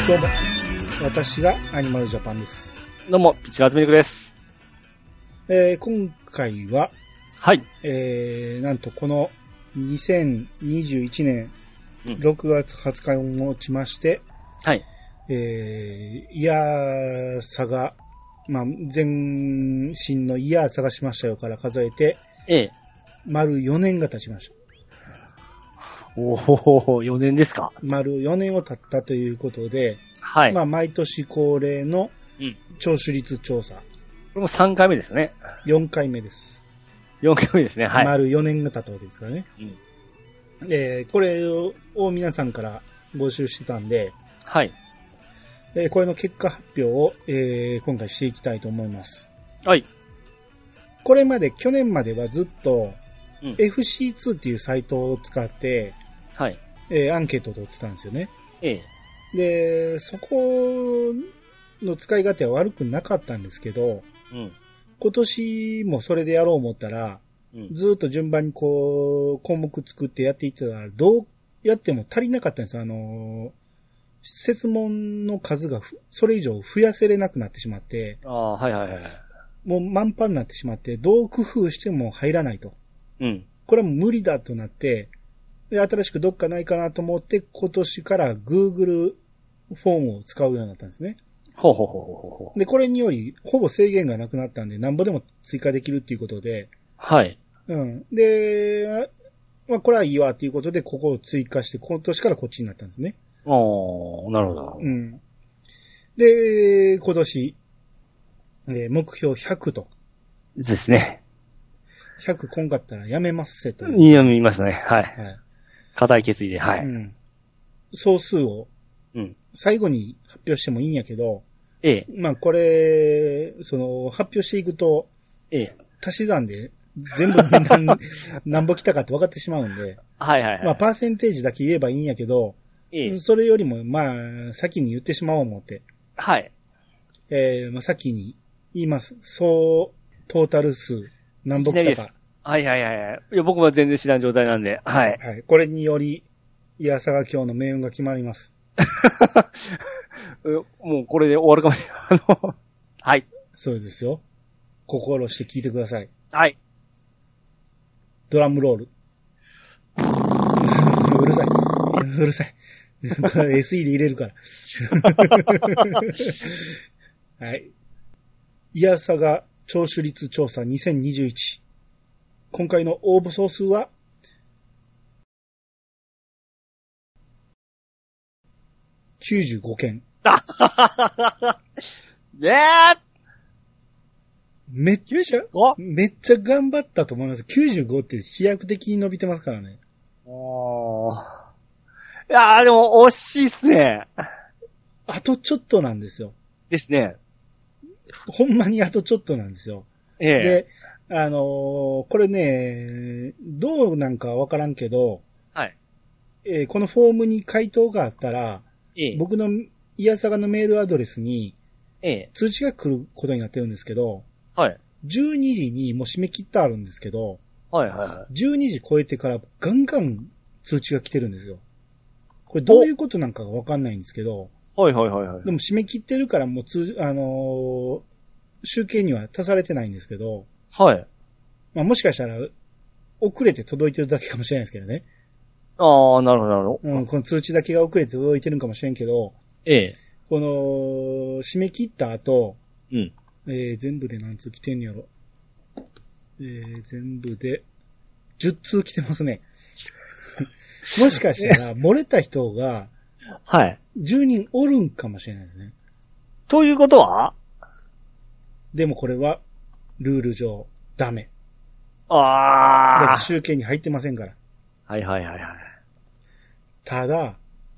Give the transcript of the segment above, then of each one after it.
どうも、私がアニマルジャパンです。 どうも、ピチカーズミルクです。 今回は、 はい。 なんとこの2021年6月20日をもちまして、 はい。 イヤーサガ、まあ、全身のイヤー探しましたよから数えて、丸4年が経ちました。 おお、4年ですか。 丸4年を経ったということで、 はい。 まあ、毎年恒例の聴取率調査。 これも3回目ですね。 4回目です。 4回目ですね。はい。 丸4年が経ったわけですからね。これを皆さんから募集してたんで、 はい。 これの結果発表を、今回していきたいと思います。 はい。 これまで、去年まではずっと、FC2 っていうサイトを使って、 はい。 アンケートを取ってたんですよね。で、そこの使い勝手は悪くなかったんですけど、今年もそれでやろう思ったら、ずっと順番にこう、項目作ってやっていってたら、どうやっても足りなかったんです。設問の数がそれ以上増やせれなくなってしまって、 はいはいはい。 もう満帆になってしまって、どう工夫しても入らないと。これはもう無理だとなって、で、新しくどっかないかなと思って、今年から Google フォームを使うようになったんですね。で、これにより、ほぼ制限がなくなったんで、なんぼでも追加できるっていうことで、 はい。 で、まあ、これはいいわっていうことで、ここを追加して、今年からこっちになったんですね。 なるほど。 で、今年、目標100と。 ですね。 100こんかったらやめますせと。 いや、見ますね。はい。固い決意で、はい。 総数を、最後に発表してもいいんやけど、まあ、これ、発表していくと、足し算で全部何ぼ来たかって分かってしまうんで、まあ、パーセンテージだけ言えばいいんやけど、それよりも、まあ、先に言ってしまおう思って。 はい。 まあ、先に言います。総トータル数、何ぼ来たか。 はい。いや、僕は全然知らん状態なんで、はい。 はい。これにより、イヤサガ今日の命運が決まります。 もうこれで終わるかもしれない。はい。 そうですよ。心して聞いてください。 はい。 ドラムロール。うるさい。SE で入れるから。はい。イヤサガ聴取率調査2021。今回の応募総数は、95件。めっちゃ頑張ったと思います。95って飛躍的に伸びてますからね。 いやーでも惜しいっすね。 あとちょっとなんですよ。 ですね。 ほんまにあとちょっとなんですよ。で、これね、どうなんかわからんけど、 はい。 このフォームに回答があったら、僕のイヤサガのメールアドレスに、通知が来ることになってるんですけど、 はい。 12時にもう締め切ってあるんですけど、 はい。 12時超えてからガンガン通知が来てるんですよ。これどういうことなんかがわかんないんですけど、 はい。でも締め切ってるからもう集計には足されてないんですけど、 はい。 まあもしかしたら遅れて届いてるだけかもしれないですけどね。 なるほど。 この通知だけが遅れて届いてるんかもしれんけど、この締め切った後、全部で何通来てんのやろ。全部で10通来てますね。もしかしたら漏れた人が10人おるんかもしれないですね。 ということは？ でもこれはルール上ダメ。 だって集計に入ってませんから。 はい。 ただ、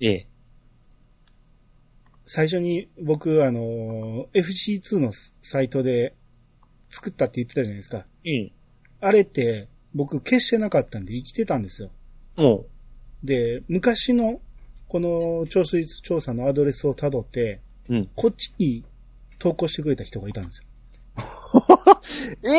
最初に僕FC2 のサイトで作ったって言ってたじゃないですか。あれって僕消してなかったんで生きてたんですよ。で、昔のこの聴取率調査のアドレスをたどって、こっちに投稿してくれた人がいたんですよ。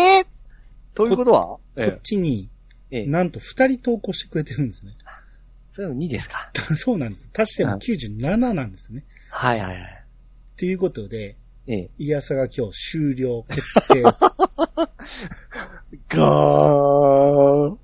ということはこっちに、なんと2人投稿してくれてるんですね。 それの2ですか。 そうなんです。足しても97なんですね。 はいはいはい。 ということで、イヤサが今日終了決定。 ガー。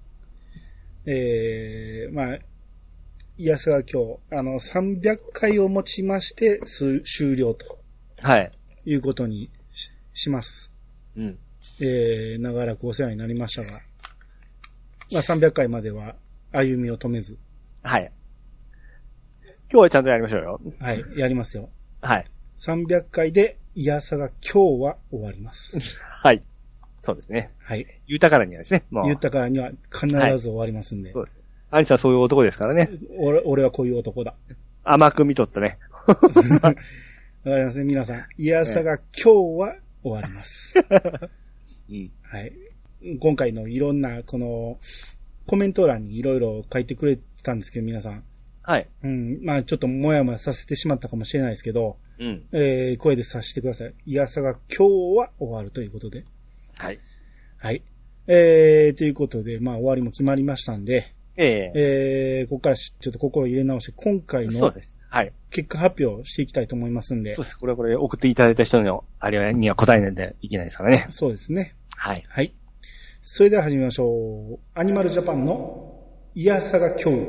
まあ、イヤサが今日、300回をもちまして、終了と。 はい。 いうことにします。 うん。 長らくお世話になりましたが、まあ300回までは歩みを止めず。 はい。今日はちゃんとやりましょうよ。 はい、やりますよ。 はい。 300回でイヤサが今日は終わります。 はい。そうですね。 はい。 言ったからにはですね。 言ったからには必ず終わりますんで。 そうです。アニさんそういう男ですからね。 俺はこういう男だ。 甘く見とったね。 わかりますね、皆さん。イヤサが今日は終わります。 うん。 はい。今回のいろんな、この、コメント欄にいろいろ書いてくれてたんですけど、皆さん。 はい。 うん。まあちょっともやもやさせてしまったかもしれないですけど、 うん。 声で察してください。イヤサが今日は終わるということで。 はい。 はい。ということで、まあ終わりも決まりましたんで、ここからちょっと心入れ直して、今回の、そうですね。はい。結果発表していきたいと思いますんで。 そうです。これ送っていただいた人の、あれには答えないといけないですからね。 そうですね。 はい。 はい。それでは始めましょう。アニマルジャパンのイヤサが今日。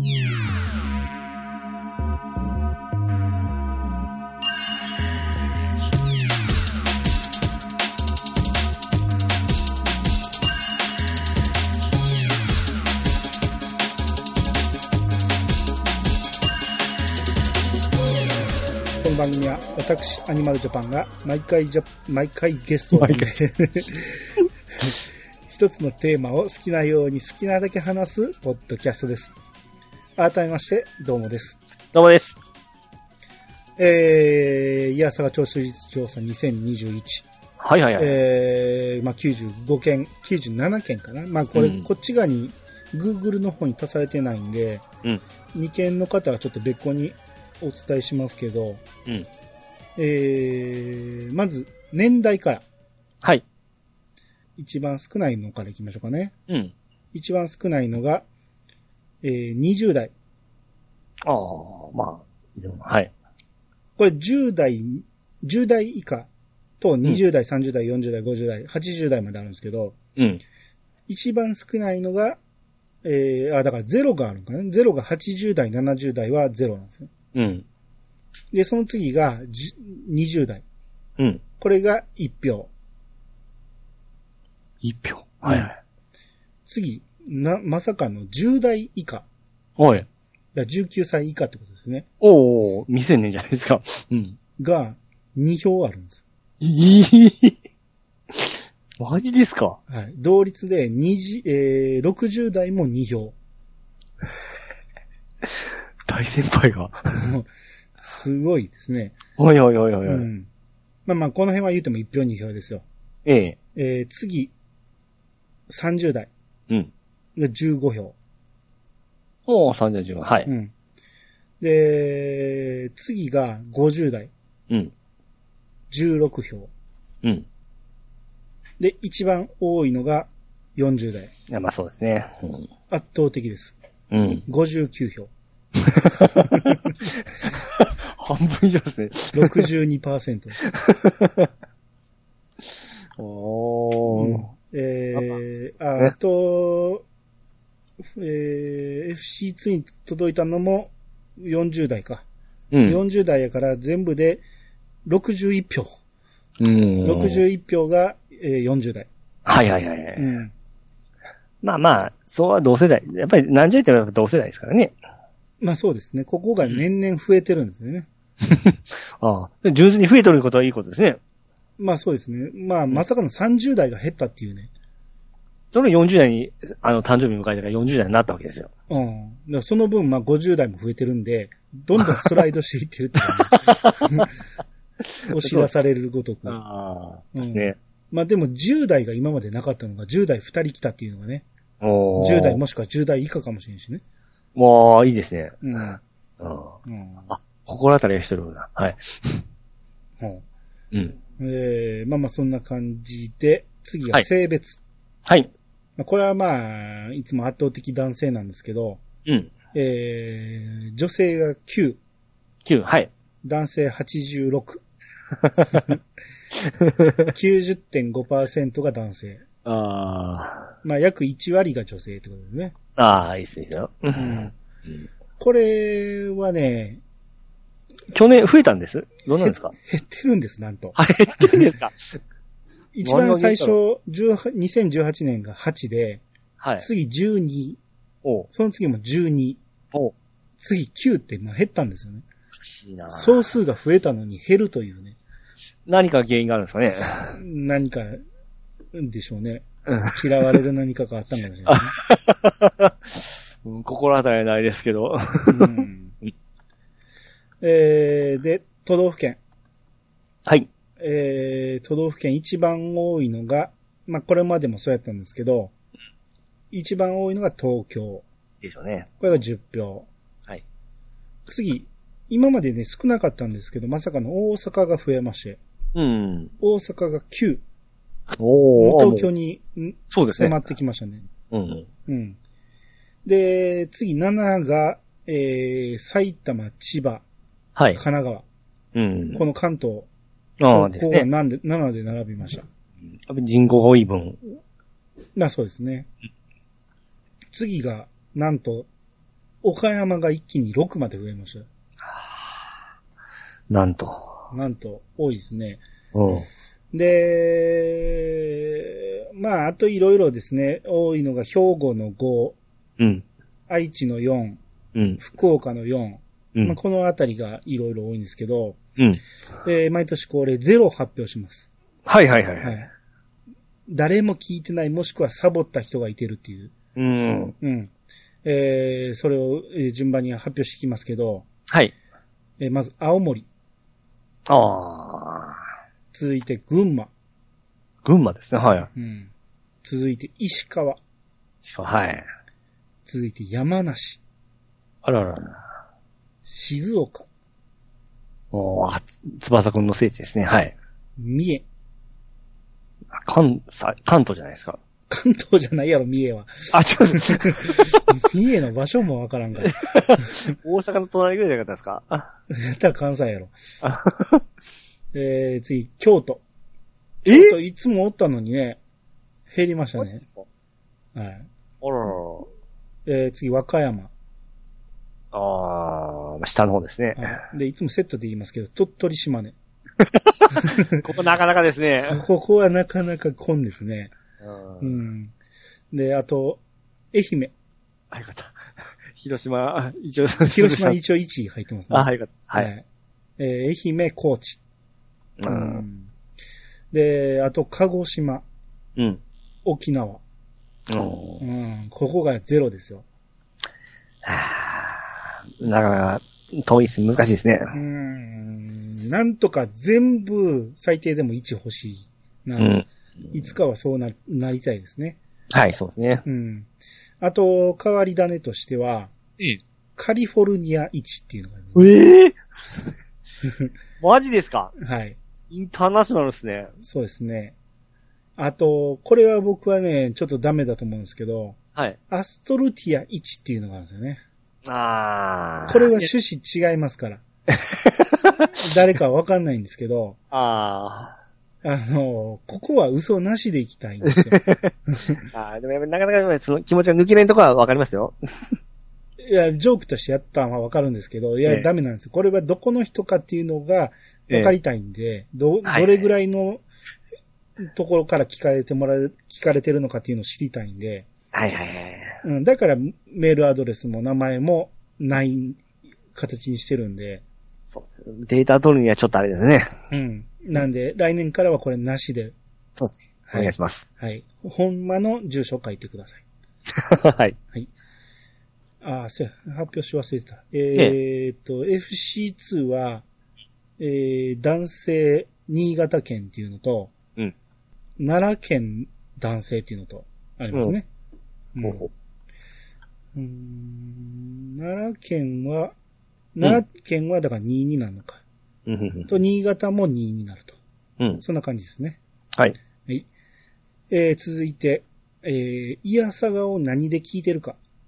この番組は私アニマルジャパンが毎回ゲストを呼んで一つのテーマを好きなように好きなだけ話すポッドキャストです。改めましてどうもです。 どうもです。 イヤサガ聴取率調査2021。 はいはいはい。 まあ95件、97件かな。まあこれ、こっち側に Google の方に足されてないんで、2件の方はちょっと別個にお伝えしますけど、まず年代から。 はい。 一番少ないのからいきましょうかね。 うん。 一番少ないのが、20代。 ああ、まあ、はい。 これ10代以下と20代、30代、40代、50代、80代まであるんですけど、一番少ないのが、だからゼロがあるのかな。ゼロが80代、70代はゼロなんですね。で、その次が20代。これが1票。 1票。はいはい。 次、まさかの10代以下。 はい。 19歳以下ってことですね。 おー、未成年じゃないですか。 が、2票あるんです。 マジですか？ はい。同率で60代も2票。 大先輩が。 すごいですね。 おい。まあまあ、この辺は言うても1票2票ですよ。次、30代。が15票。 おー、30、15。はい。 で、次が50代。16票。で、一番多いのが40代。 いや、まあそうですね。 圧倒的です。59票。 半分以上ですね。 62%。あと、FC2 に届いたのも40代か。40代やから全部で61票。61票が、40代。 はい。まあ、そうは同世代。やっぱり何十代ってやっぱ同世代ですからね。 まあそうですね。ここが年々増えてるんですよね。 ああ。上手に増えとることはいいことですね。 まあそうですね。まあまさかの30代が減ったっていうね。 その40代に、誕生日迎えたから40代になったわけですよ。 だからその分、まあ50代も増えてるんで、どんどんスライドしていってるっていう、ね。押し出されるごとく。 ですね。 まあでも10代が今までなかったのが10代2人来たっていうのがね。10代もしくは10代以下かもしれんしね。 もう、いいですね。心当たりがしてるな。はい。 まあそんな感じで、次が性別。 はい。 これはまあ、いつも圧倒的男性なんですけど、 女性が9。 9、はい。 男性86。90.5% が男性。 ああ。 まあ、約1割が女性ってことですね。 ああ、いいですよ。 うん。これはね、 去年増えたんです？どうなんですか？ 減ってるんです、なんと。 減ってるんですか？ 一番最初、2018年が8で、はい、次12。その次も12。次9って、まあ、減ったんですよね。 不思議な。 総数が増えたのに減るというね。 何か原因があるんですかね。 何か、でしょうね。嫌われる何かがあったんかもしれない、 ね。心当たりないですけど。 で、都道府県。 はい。 都道府県一番多いのが、まあ、これまでもそうやったんですけど、一番多いのが東京。 でしょうね。 これが10票。 はい。 次、今までね、少なかったんですけど、まさかの大阪が増えまして。 うん。 大阪が9。東京に、 そうですね。 迫ってきましたね。 うん。 うん。で、次7が、埼玉、千葉、 はい。 神奈川。 うん。 この関東。 ああですね。 ここが7で並びました。 人口が多い分。 まあそうですね。次が、なんと、岡山が一気に6まで増えました。 なんと、 多いですね。 うん。 で、まあ、あといろいろですね、多いのが兵庫の5、 うん。 愛知の4、 うん。 福岡の4、 うん、 まあ、このあたりがいろいろ多いんですけど、 うん。 毎年恒例0を発表します。 はいはいはい。はい、 誰も聞いてない、もしくはサボった人がいてるっていう。 うん。 うん。それを順番に発表していきますけど、 はい。 まず青森。 ああ。 続いて群馬。 群馬ですね、はい。 うん。続いて石川。 はい。 続いて山梨。 あららら。 静岡。 翼くんの聖地ですね、はい。 三重。 関東じゃないですか。 関東じゃないやろ、三重は。 あ、違う。 三重の場所もわからんから。 大阪の隣ぐらいじゃなかったですか？ やったら関西やろ。次、京都。京都いつもおったのにね、減りましたね。はい。 あらら。 次、和歌山。 下の方ですね。 で、いつもセットで言いますけど、鳥取島根。 ここなかなかですね。 ここはなかなか混んですね。うん。で、あと、愛媛。 あ、よかった。広島一応 1位入ってますね。 あ、よかった。はい。 愛媛、高知。うん。で、あと、鹿児島。 うん。 沖縄。うん。ここが0ですよ。 なかなか遠いです。難しいですね。 なんとか全部最低でも1欲しいな。うん。いつかはそうなりたいですね。 はい、そうですね。 うん。あと、変わり種としては、カリフォルニア1っていうのがあります。 マジですか？ はい。 インターナショナルですね。 そうですね。あと、これは僕はね、ちょっとダメだと思うんですけど、 はい。 アストルティア1っていうのがあるんですよね。 これは趣旨違いますから。誰かわかんないんですけど、ここは嘘なしで行きたいんですよ。 でもやっぱりなかなかその気持ちが抜けないところはわかりますよ。 いや、ジョークとしてやったのはわかるんですけど、いや、ダメなんですよ。これはどこの人かっていうのがわかりたいんで、どれぐらいのところから聞かれてるのかっていうのを知りたいんで、だからメールアドレスも名前もない形にしてるんで。 そうです。データ取るにはちょっとあれですね。 うん。なんで、来年からはこれなしで。 そうです。お願いします。 はい。ほんまの住所を書いてください。 はい。 はい。そうや、発表し忘れてた。FC2 は、男性、新潟県っていうのと、奈良県男性っていうのと、ありますね。奈良県はだから2になるのか。と、新潟も2になると。そんな感じですね。 はい。 はい。続いて、イヤサガを何で聞いてるか。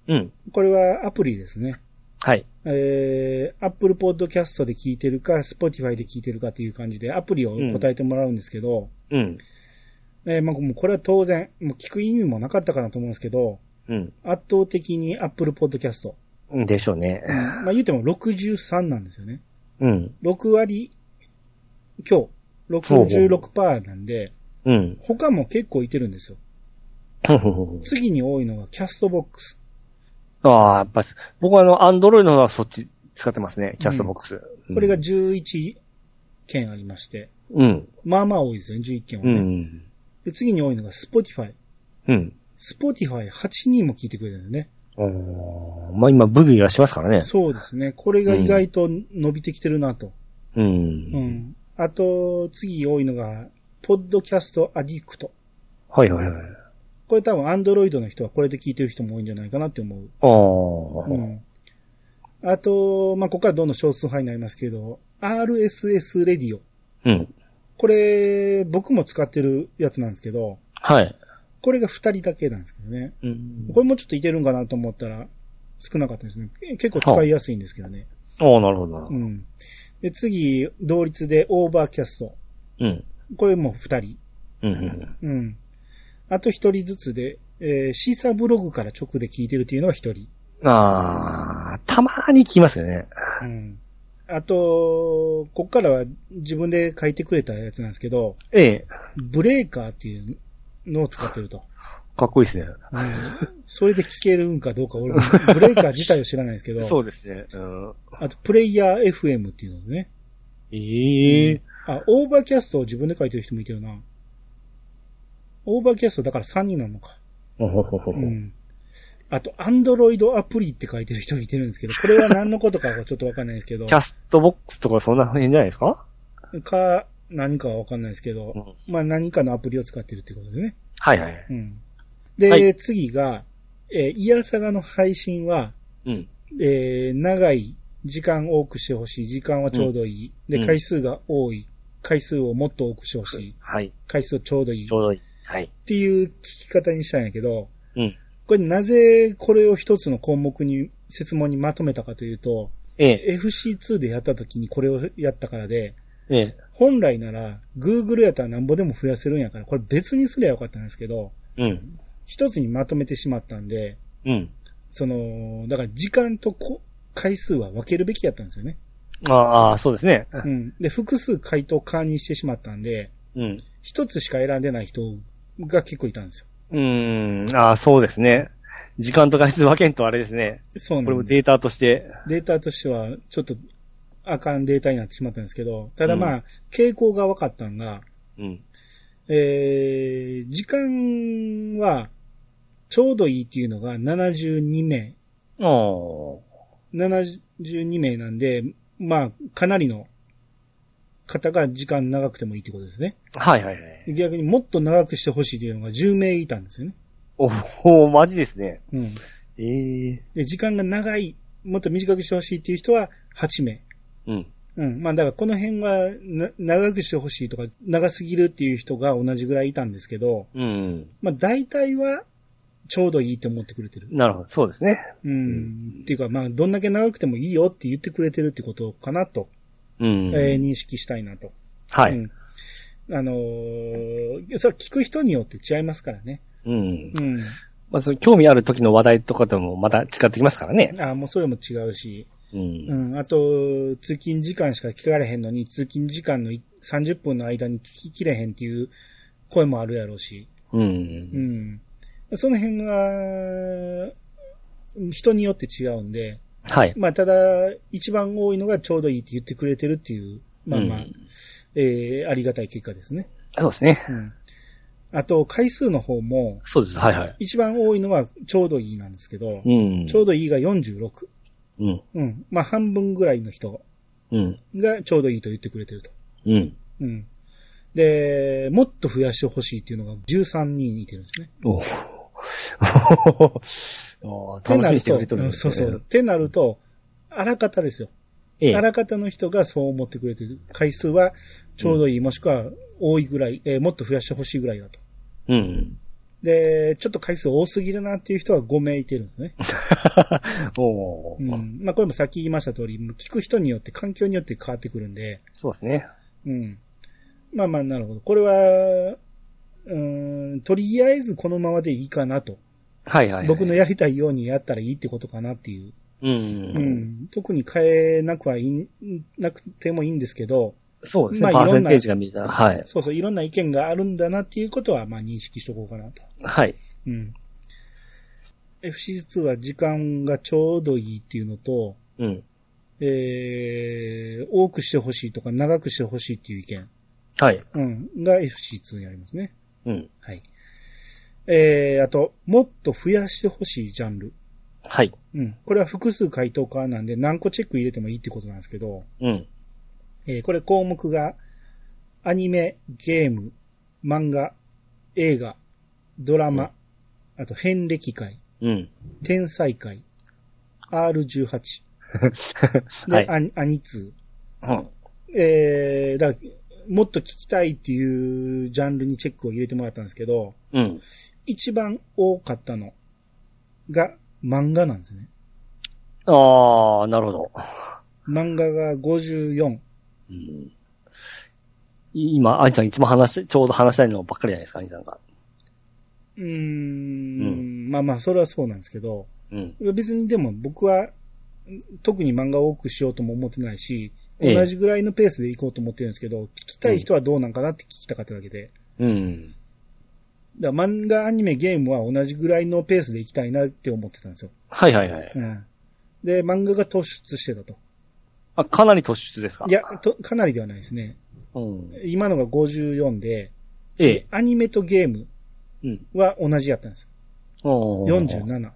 うん。 これはアプリですね。 はい。 Apple Podcast で聞いてるか、Spotify で聞いてるかという感じでアプリを答えてもらうんですけど、 うん。 まあもうこれは当然、もう聞く意味もなかったかなと思うんですけど、 うん。 圧倒的に Apple Podcast。 でしょうね。 まあ言うても63なんですよね。 うん。 6割、今日、66% なんで、 うん。 他も結構いてるんですよ。次に多いのがキャストボックス。 ああ、やっぱり、僕はアンドロイドのはそっち使ってますね、キャストボックス。 これが11件ありまして。 うん。 まあまあ多いですね、11件はね。うん。で、次に多いのがスポティファイ。 うん。 スポティファイ8人も聞いてくれるんだよね。 まあ今、ブギがしますからね。 そうですね。これが意外と伸びてきてるなと。 うん。うん。 あと、次多いのが、ポッドキャストアディクト。 はいはいはい。 これ多分アンドロイドの人はこれで聞いてる人も多いんじゃないかなって思う。うん。あと、まあ、ここからどんどん少数派になりますけど、RSS レディオ。 うん。 これ、僕も使ってるやつなんですけど、 はい。 これが2人だけなんですけどね。 うん。 これもちょっといけるんかなと思ったら、少なかったですね。結構使いやすいんですけどね。 なるほど。 うん。で、次、同率でオーバーキャスト。 うん。 これも2人。 うん。 うん。あと1人ずつで、シーサーブログから直で聞いてるっていうのが1人。 たまーに聞きますよね。 うん。あと、こっからは自分で書いてくれたやつなんですけど、ブレーカーっていうのを使ってると。 かっこいいですね。 うん。それで聞けるんかどうか、俺もブレーカー自体を知らないですけど。 そうですね。 あと、プレイヤー FM っていうのですね。オーバーキャストを自分で書いてる人もいてるな。オーバーキャストだから3人なのか。うん。あと、アンドロイドアプリって書いてる人がいてるんですけど、これは何のことかはちょっとわかんないですけど。 キャストボックスとかそんな辺じゃないですか？ 何かはわかんないですけど、まあ何かのアプリを使ってるっていうことでね。 はいはい。 うん。で、次が、イヤサガの配信は、長い時間多くしてほしい。時間はちょうどいい。で、回数が多い。回数をもっと多くしてほしい。 はい。 回数ちょうどいい。 ちょうどいい。はい。 っていう聞き方にしたんやけど、これなぜこれを一つの項目に、設問にまとめたかというと、FC2 でやった時にこれをやったからで、本来なら Google やったらなんぼでも増やせるんやから、これ別にすりゃよかったんですけど、一つにまとめてしまったんで、だから時間と回数は分けるべきやったんですよね。 そうですね。 で、複数回答可にしてしまったんで、一つしか選んでない人が結構いたんですよ。 そうですね。時間と回数分けんとあれですね。そうなんです。これもデータとして。 データとしては、ちょっと、あかんデータになってしまったんですけど、ただまあ、傾向が分かったんが、時間は、ちょうどいいっていうのが72名。72名なんで、まあ、かなりの方が時間長くてもいいってことですね。 はいはいはい。 逆にもっと長くしてほしいっていうのが10名いたんですよね。 マジですね。 で、時間が長い、もっと短くしてほしいっていう人は8名。まあだからこの辺は長くしてほしいとか長すぎるっていう人が同じぐらいいたんですけど、まあ大体はちょうどいいと思ってくれてる。 なるほど、そうですね。 っていうかまあどんだけ長くてもいいよって言ってくれてるってことかなと、認識したいなと。 はい。 それ聞く人によって違いますからね。 まあその興味ある時の話題とかともまた違ってきますからね。 もうそれも違うし。あと、通勤時間しか聞かれへんのに、通勤時間の30分の間に聞ききれへんっていう声もあるやろうし。その辺が、人によって違うんで。 はい。 まあ、ただ、一番多いのがちょうどいいって言ってくれてるっていう、まあまあ、ありがたい結果ですね。 そうですね。 あと、回数の方も、 そうです。はいはい。 一番多いのはちょうどいいなんですけど、ちょうどいいが46。まあ半分ぐらいの人がちょうどいいと言ってくれてると。で、もっと増やしてほしいっていうのが13人いてるんですね。 楽しみにしてくれてるんですね。 そう。ってなると、あらかたですよ。あらかたの人がそう思ってくれてる回数はちょうどいい、もしくは多いぐらい、もっと増やしてほしいぐらいだと。 で、ちょっと回数多すぎるなっていう人は5名いてるんですね。 おー。 うん。まあこれもさっき言いました通り、聞く人によって環境によって変わってくるんで。 そうですね。 うん。まあまあなるほど。これは、とりあえずこのままでいいかなと。 はいはい、はい。 僕のやりたいようにやったらいいってことかなっていう。 うん。うん。 特に変えなくなくてもいいんですけど。 そうですね。まあ、パーセンテージが見たら。はい。 そうそう、いろんな意見があるんだなっていうことは、まあ認識しとこうかなと。 はい。 うん。FC2 は時間がちょうどいいっていうのと、 うん。 多くしてほしいとか長くしてほしいっていう意見。 はい。 うん。が FC2 にありますね。 うん。 はい。あと、もっと増やしてほしいジャンル。 はい。 うん。これは複数回答可なんで何個チェック入れてもいいってことなんですけど。 うん。 これ項目が、アニメ、ゲーム、漫画、映画、ドラマ、あと、遍歴会、天才会、R18、で、はい、アニツー。だからもっと聞きたいっていうジャンルにチェックを入れてもらったんですけど、一番多かったのが漫画なんですね。 ああ、なるほど。 漫画が54。 今、アニさん一番ちょうど話したいのばっかりじゃないですか、アニさんが。 まあまあ、それはそうなんですけど、別にでも僕は、特に漫画を多くしようとも思ってないし、同じぐらいのペースで行こうと思ってるんですけど、聞きたい人はどうなんかなって聞きたかっただけで。だから漫画、アニメ、ゲームは同じぐらいのペースで行きたいなって思ってたんですよ。 はいはいはい。 で、漫画が突出してたと。 あ、かなり突出ですか？ いや、かなりではないですね。今のが54で、アニメとゲームは同じやったんですよ。47。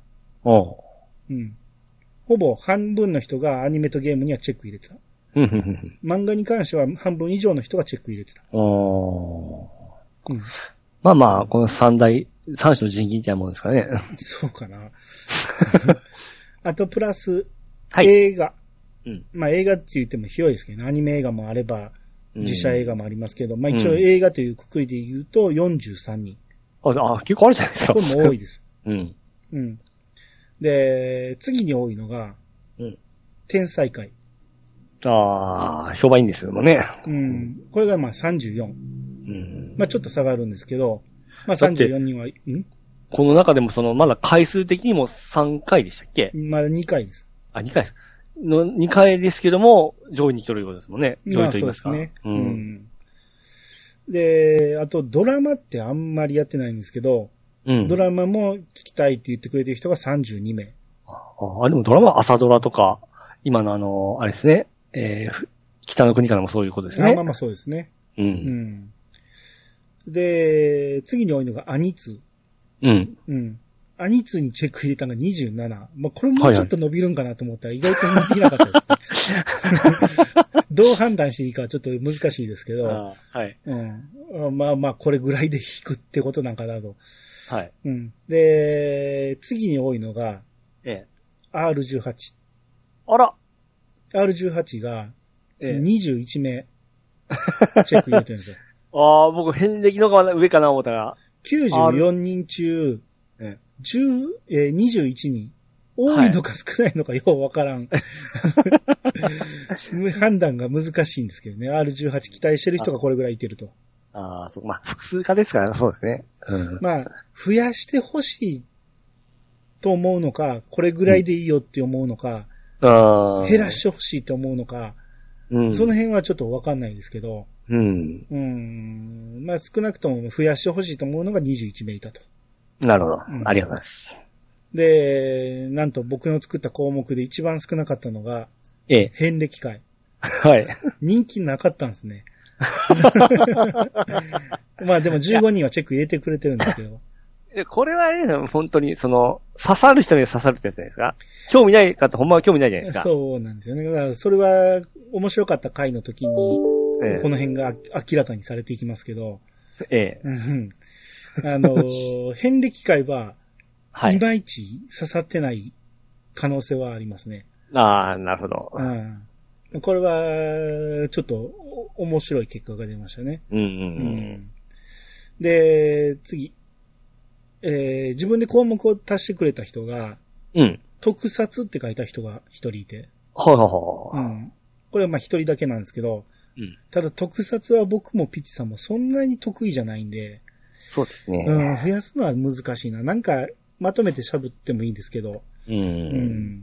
ほぼ半分の人がアニメとゲームにはチェック入れてた。漫画に関しては半分以上の人がチェック入れてた。 まあまあ、この三種の神器みたいなもんですかね。 そうかな。あとプラス、映画。まあ映画って言っても広いですけどね。アニメ映画もあれば、実写映画もありますけど、まあ一応映画というくくりで言うと43人。 結構あるじゃないですか。 これも多いです。で、次に多いのが、天才会。 評判いいんですよね。 これがまあ34。まあちょっと差があるんですけど、まあ34人は、 この中でもまだ回数的にも3回でしたっけ？ まだ2回です。 2回です。2回ですけども、上位に来ることですもんね。上位と言いますか。 そうですね。で、あとドラマってあんまりやってないんですけど、ドラマも聞きたいって言ってくれてる人が32名。 でもドラマは朝ドラとか、今のあれですね、北の国からもそういうことですね。 まあまあそうですね。で、次に多いのがアニツー。アニツーにチェック入れたのが27。まあこれもちょっと伸びるんかなと思ったら意外と伸びなかったですね。どう判断していいかはちょっと難しいですけど。まあまあこれぐらいで引くってことなんかなと。で、次に多いのが、R18。 あら !R18 が21名チェック入れてるんですよ。 僕、遍歴の方が上かな思ったら。 94人中、21人。多いのか少ないのかようわからん。判断が難しいんですけどね。R18 期待してる人がこれぐらいいてると。 そう。まあ、複数化ですからそうですね。 まあ、増やしてほしいと思うのか、これぐらいでいいよって思うのか、減らしてほしいと思うのか、その辺はちょっとわかんないですけど、まあ少なくとも増やしてほしいと思うのが21名いたと。 なるほど。ありがとうございます。 で、なんと僕の作った項目で一番少なかったのが、遍歴会。人気なかったんですね。まあでも15人はチェック入れてくれてるんですけど。 これはね、本当に刺さる人に刺さるってやつじゃないですか。興味ないかってほんまは興味ないじゃないですか。 そうなんですよね。だからそれは面白かった回の時に、この辺が明らかにされていきますけど。遍歴会は、いまいち刺さってない可能性はありますね。 なるほど。 これは、ちょっと面白い結果が出ましたね。で、次。 自分で項目を足してくれた人が、 うん。 特撮って書いた人が一人いて。 はいはいはい。 うん。これはまあ一人だけなんですけど、 うん。 ただ特撮は僕もピッチさんもそんなに得意じゃないんで、 そうですね。 うん、増やすのは難しいな。なんか、まとめて喋ってもいいんですけど、うん。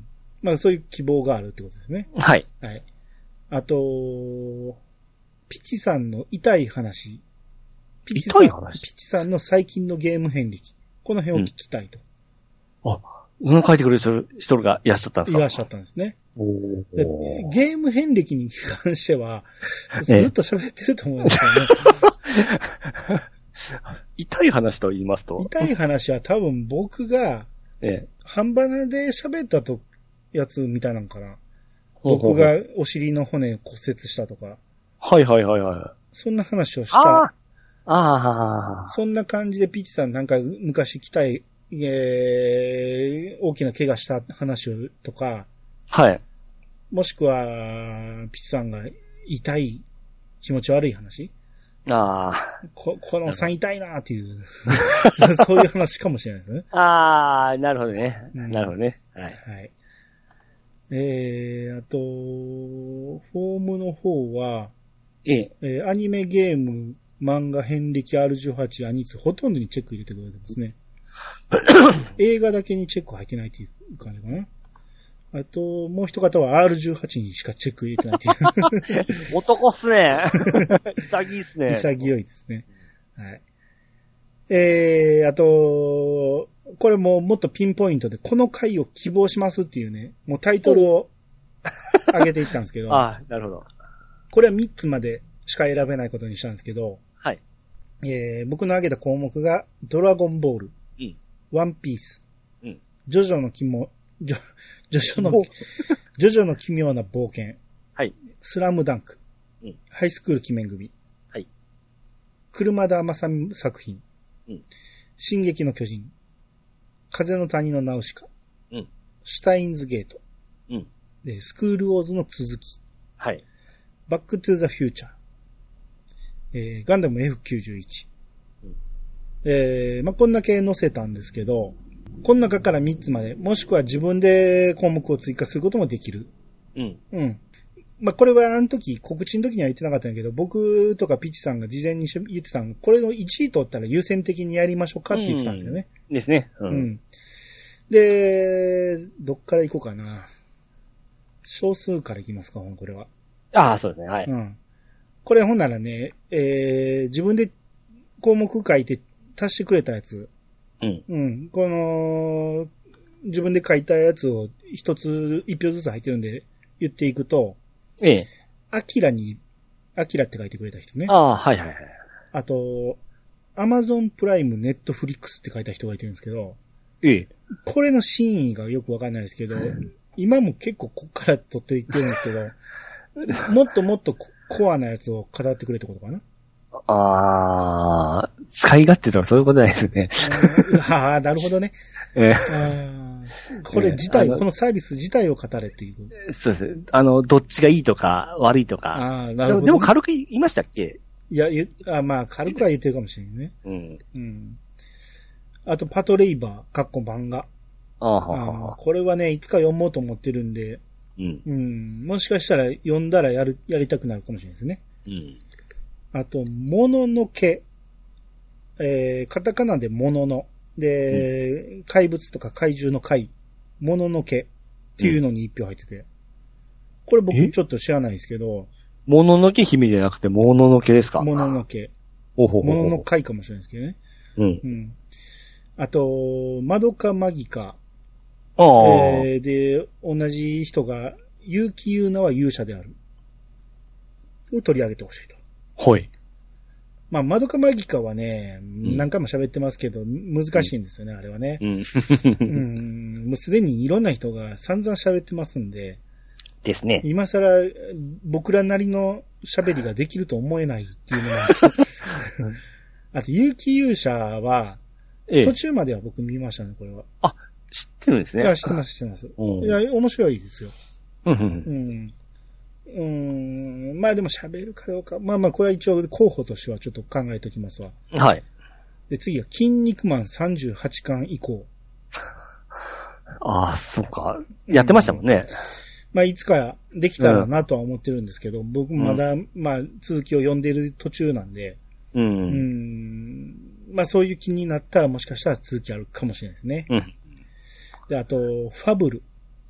まあそういう希望があるってことですね。 はい。 はい。あと、ピチさんの痛い話。 痛い話？ ピチさんの最近のゲーム遍歴。この辺を聞きたいと。 書いてくれる人がいらっしゃったんですか？ いらっしゃったんですね。ゲーム遍歴に関しては、ずっと喋ってると思うんですよね。 痛い話と言いますと？ 痛い話は多分僕が、半ばなで喋ったやつみたいなのかな。僕がお尻の骨骨折したとか。 はいはいはいはい。 そんな話をした。 ああ。 そんな感じでピッチさんなんか昔来た大きな怪我した話をとか。 はい。 もしくは、ピッチさんが痛い、気持ち悪い話。このさん痛いなっていう。そういう話かもしれないですね。 なるほどね。なるほどね。はい。はい。 あと、フォームの方は、アニメ、ゲーム、漫画、遍歴、R18、アニツ、ほとんどにチェック入れてくれてますね。映画だけにチェック入ってないっていう感じかな。あと、もう一方は R18 にしかチェック入れてないっていう。 男っすね。潔いっすね。 潔いですね。はい。あと、これもっとピンポイントで、この回を希望しますっていうね、もうタイトルを上げていったんですけど。 なるほど。 これは3つまでしか選べないことにしたんですけど、 はい。 僕の挙げた項目が、ドラゴンボール、ワンピース、ジョジョの奇妙な冒険、 はい。 スラムダンク、ハイスクール鬼面組、 はい。 車田正美作品、進撃の巨人、風の谷のナウシカ、シュタインズゲート、でスクールウォーズの続き、 はい。 バックトゥーザフューチャー、ガンダム F91、まあ、こんだけ載せたんですけど、この中から3つまで、もしくは自分で項目を追加することもできる。まあ、これはあの時、告知の時には言ってなかったんだけど、僕とかピッチさんが事前に言ってたの、これの1位取ったら優先的にやりましょうかって言ってたんですよね。 ですね。 で、どっから行こうかな。少数から行きますか、これは。 そうですね。はい。 これほんならね、自分で項目書いて足してくれたやつ。この、自分で書いたやつを一票ずつ入ってるんで言っていくと、アキラって書いてくれた人ね。 はいはいはい。 あと、アマゾンプライムネットフリックスって書いた人がいてるんですけど、これの真意がよくわかんないですけど、今も結構こっから取っていってるんですけど、もっともっとコアなやつを語ってくれってことかな。 使い勝手とかそういうことないですね。 なるほどね。これ自体、このサービス自体を語れっていう。 そうです。どっちがいいとか悪いとか。なるほど、ね。でも軽く言いましたっけ？ いや、まあ軽くは言ってるかもしれないね。あと、パトレイバー、漫画。これはね、いつか読もうと思ってるんで、もしかしたら読んだらやりたくなるかもしれないですね。あと、もののけ。カタカナでものの。で、怪物とか怪獣の怪。もののけ。っていうのに一票入ってて。これ僕ちょっと知らないですけど。 もののけ姫じゃなくてもののけですか？ もののけ。ものの怪かもしれないですけどね。あと、まどかマギカ。で、同じ人が、結城優奈は勇者である。を取り上げてほしいと。 はい。 まあ、まどかマギカはね、何回も喋ってますけど、難しいんですよね、あれはね。もうすでにいろんな人が散々喋ってますんで。 ですね。 今更、僕らなりの喋りができると思えないっていうのもあと、結城勇者は、途中までは僕見ましたね、これは。 知ってるんですね。 知ってます。いや、面白いですよ。まあでも喋るかどうか。まあこれは一応候補としてはちょっと考えておきますわ。 はい。 で、次は、筋肉マン38巻以降。 ああ、そっか。やってましたもんね。 まあ、いつかできたらなとは思ってるんですけど、僕まだ、まあ、続きを読んでる途中なんで、まあ、そういう気になったらもしかしたら続きあるかもしれないですね。で、あと、ファブル。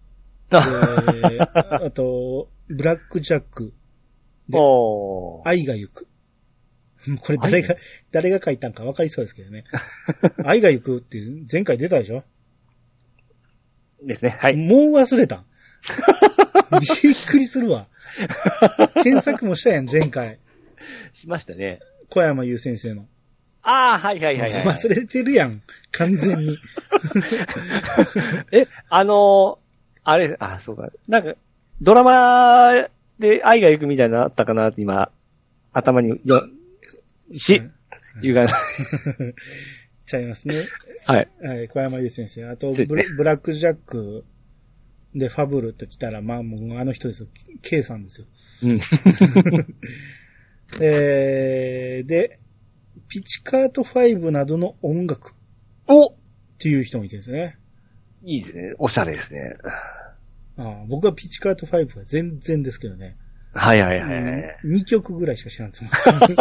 あと、ブラックジャック。で、愛が行く。これ誰が書いたんか分かりそうですけどね。愛が行くって前回出たでしょですね。はい。 もう忘れた。びっくりするわ。検索もしたやん、前回。 しましたね。 小山優先生の。 ああ、はいはいはい、はい。 忘れてるやん、完全に。 あれ、そうか。なんか、ドラマで愛が行くみたいなのあったかなって今、頭に言うがない。 ちゃいますね。 はい。 はい、小山優先生。あとブラックジャックでファブルと来たら、まあもうあの人ですよ。K さんですよ。で、ピチカート5などの音楽。っていう人もいてるんですね。 いいですね。おしゃれですね。 僕はピチカート5は全然ですけどね。 はいはいはい。 2曲ぐらいしか知らんと思う。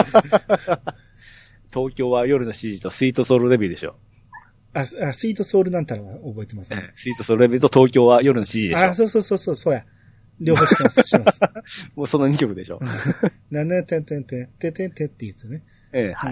東京は夜の7時とスイートソウルレビューでしょ。 スイートソウルなんたらは覚えてますね。 スイートソウルレビューと東京は夜の7時でしょ。そうや。両方知ってます。 もうその2曲でしょ。 てんってやつね。 はい。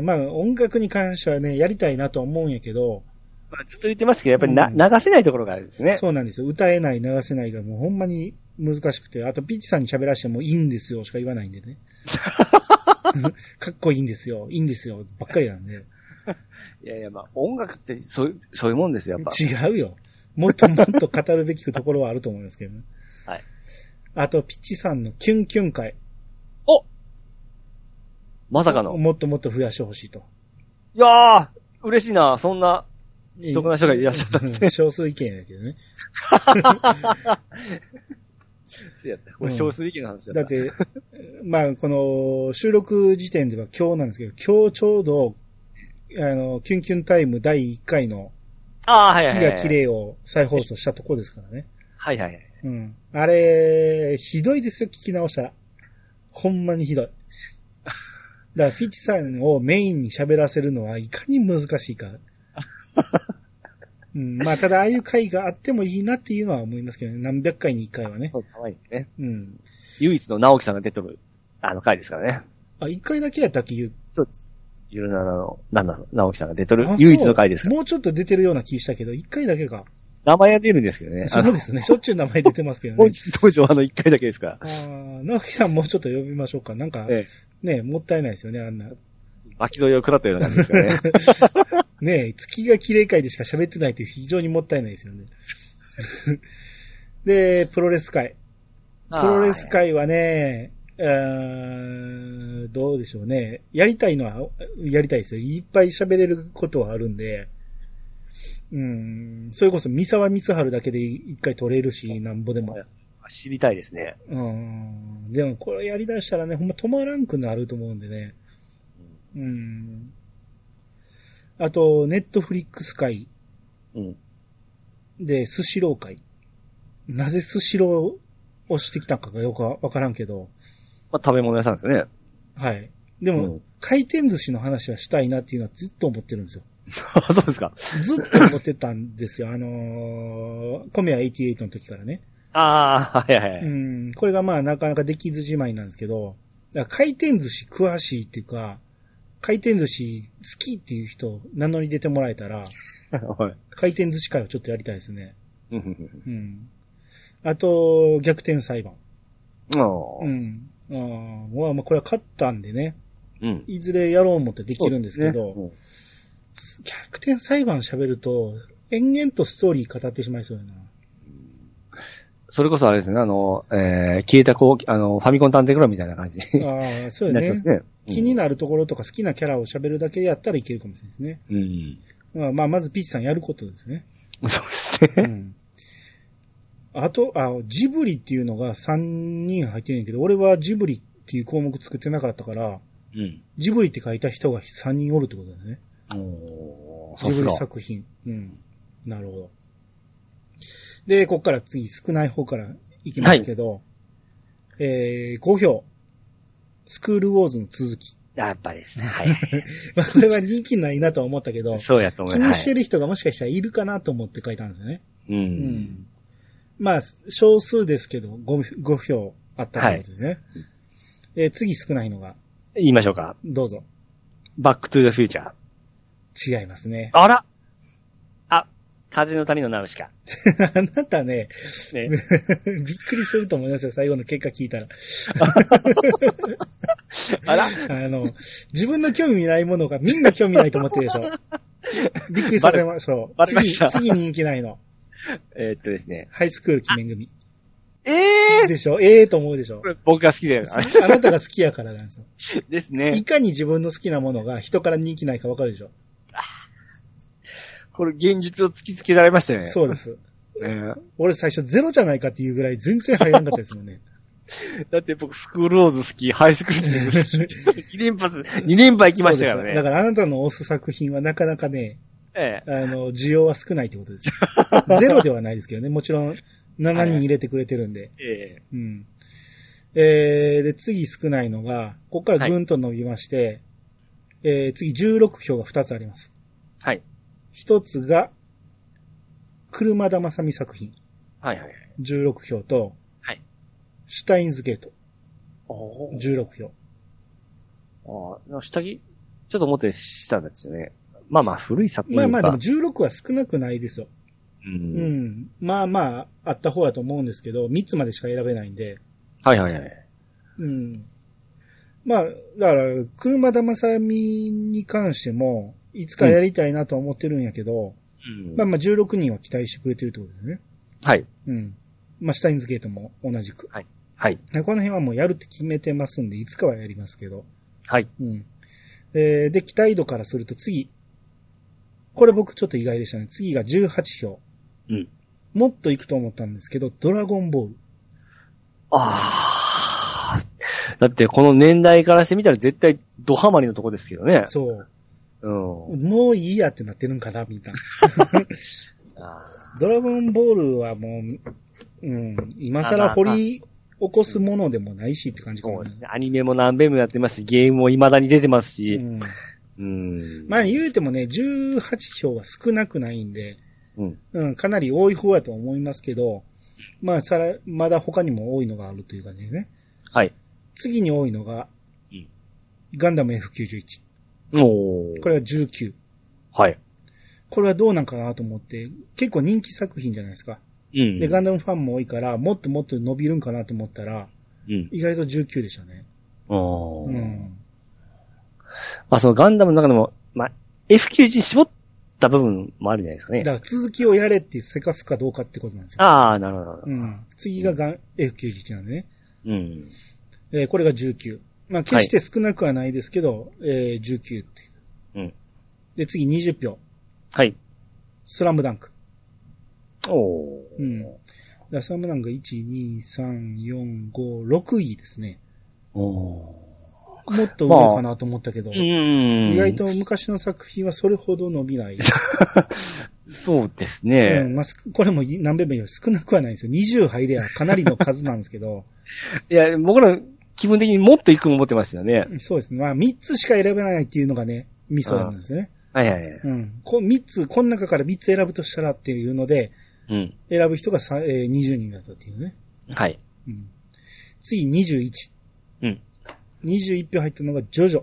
まあ音楽に関してはね、やりたいなと思うんやけど、 まあ、ずっと言ってますけど、やっぱり流せないところがあるんですね。 そうなんですよ。歌えない、流せないがもうほんまに難しくて、あとピッチさんに喋らしてもいいんですよしか言わないんでね。かっこいいんですよ、いいんですよ、ばっかりなんで。 いやいや、まあ音楽ってそういうもんですよ、やっぱ。違うよ。もっともっと語るべきところはあると思いますけどね。 はい。 あと、ピッチさんのキュンキュン会。 まさかの。 もっともっと増やしてほしいと。 いやー、嬉しいな、そんな、既得な人がいらっしゃったんですね。 少数意見やけどね。 そうやった。これ少数意見の話だった。 だって、まあ、この収録時点では今日なんですけど、今日ちょうど、キュンキュンタイム第1回の、月が綺麗を再放送したとこですからね。 はいはいはい。 うん。あれ、ひどいですよ、聞き直したら。ほんまにひどい。だから、ピッチさんをメインに喋らせるのはいかに難しいか。うん、まあ、ただ、ああいう回があってもいいなっていうのは思いますけどね。何百回に一回はね。 そう、可愛いですね。 うん。 唯一の直樹さんが出てる、回ですからね。 一回だけやったっけそうです。ゆるななの、直樹さんが出てる唯一の回ですから。 もうちょっと出てるような気したけど、一回だけか。 名前は出るんですけどね。 そうですね。しょっちゅう名前出てますけどね。 当時は一回だけですから。 直樹さんもうちょっと呼びましょうか。なんか、ね、もったいないですよね、あんな。 巻き添えを食らったような感じですよね。 ねえ、月が綺麗会でしか喋ってないって非常にもったいないですよね。で、プロレス界。プロレス界はね、どうでしょうね。やりたいのは、やりたいですよ。いっぱい喋れることはあるんで、それこそ三沢光晴だけで一回取れるし、なんぼでも。 知りたいですね。 でもこれやりだしたらね、ほんま止まらんくなると思うんでね。あと、ネットフリックス界。で、スシロー界。なぜスシローをしてきたかがよくわからんけど。 まあ、食べ物屋さんですよね。 はい。でも、回転寿司の話はしたいなっていうのはずっと思ってるんですよ。 そうですか。 ずっと思ってたんですよ。コメア88の時からね。 はいはいはい。 これがまあなかなかできずじまいなんですけど、回転寿司詳しいっていうか、回転寿司好きっていう人名乗り出てもらえたら、回転寿司会をちょっとやりたいですね。あと、逆転裁判。まあこれは勝ったんでね。いずれやろう思ってできるんですけど、逆転裁判喋ると、延々とストーリー語ってしまいそうやな。 それこそあれですね、消えたファミコン探偵クラブみたいな感じ。 そうよね。気になるところとか好きなキャラを喋るだけやったらいけるかもしれないですね。まずピーチさんやることですね。 そうですね。 あと、ジブリっていうのが3人入ってるんやけど、俺はジブリっていう項目作ってなかったから、 うん。 ジブリって書いた人が3人おるってことだね。ジブリ作品。うん。なるほど。で、こっから次少ない方からいきますけど、はい、5票。スクールウォーズの続き。 やっぱりですね。はい。 まあこれは人気ないなとは思ったけど、 そうやと思います。 気にしてる人がもしかしたらいるかなと思って書いたんですよね。 うん。 まあ、少数ですけど、5票あったということですね。はい、次少ないのが。 言いましょうか。 どうぞ。 バックトゥーザフューチャー。違いますね。 あら風の谷のナウシカ。 あなたね、びっくりすると思いますよ、最後の結果聞いたら。 あら自分の興味ないものがみんな興味ないと思ってるでしょ。びっくりさせましょう。次人気ないの。 ですね。 ハイスクール記念組。 でしょと思うでしょ。 僕が好きだよ。 あなたが好きやからなんですよ。 ですね。 いかに自分の好きなものが人から人気ないかわかるでしょ。 これ現実を突きつけられましたよね。 そうです。俺最初ゼロじゃないかっていうぐらい全然入らなかったですもんね。 だって僕スクールローズ好き、ハイスクール好き。2連覇行きましたからね。 だからあなたの推す作品はなかなかね、需要は少ないってことです。ゼロではないですけどね。もちろん7人入れてくれてるんで。うん。で、次少ないのが、ここからぐんと伸びまして、次16票が2つあります。 はい。 一つが、車田正美作品。 はいはい。 16票と、 はい。 シュタインズゲート。16 票。下着、ちょっと思ってしたんですよね。まあまあ古い作品。 まあでも16は少なくないですよ。うん。まあ、あった方だと思うんですけど、3つまでしか選べないんで。 はいはいはい。 うん。まあ、だから、車田正美に関しても、いつかやりたいなとは思ってるんやけど、まあ16人は期待してくれてるってことですね。 はい。 うん。まあシュタインズゲートも同じく。 はい。はい。 この辺はもうやるって決めてますんで、いつかはやりますけど。 はい。 うん。で、期待度からすると次。これ僕ちょっと意外でしたね。次が18票。 うん。 もっと行くと思ったんですけど、ドラゴンボール。 だってこの年代からしてみたら絶対ドハマりのとこですけどね。 そう。 うん、 もういいやってなってるんかな、みたいな。ドラゴンボールはもう、今更掘り起こすものでもないしって感じかな。そうですね。アニメも何遍もやってますし、ゲームも未だに出てますし。 まあ言うてもね、18票は少なくないんで、かなり多い方やと思いますけど、まあまだ他にも多いのがあるという感じですね。 はい。 次に多いのが、ガンダム F91。 これは19。 はい。 これはどうなんかなと思って、結構人気作品じゃないですか。で、ガンダムファンも多いから、もっともっと伸びるんかなと思ったら、意外と19でしたね。 まあそのガンダムの中でも、まあ F91 絞った部分もあるじゃないですかね。 だから続きをやれってせかすかどうかってことなんですよ。 なるほど。 次がF91 なんでね。これが19。まあ決して少なくはないですけど、19っていう。で、次20票。 はい。 スラムダンク。スラムダンク1、2、3、4、5、6位ですね。もっと上かなと思ったけど、意外と昔の作品はそれほど伸びない。 そうですね。 まあ、これも何遍も言う少なくはないんですよ。20入ればかなりの数なんですけど。 いや、僕ら気分的にもっといくも思ってましたよね。 そうですね。まあ3つしか選べないっていうのがね、ミソなんですね。 はいはいはい。 3つ、この中から3つ選ぶとしたらっていうので、選ぶ人が20人だったっていうね。 はい。 次21。21票入ったのがジョジョ。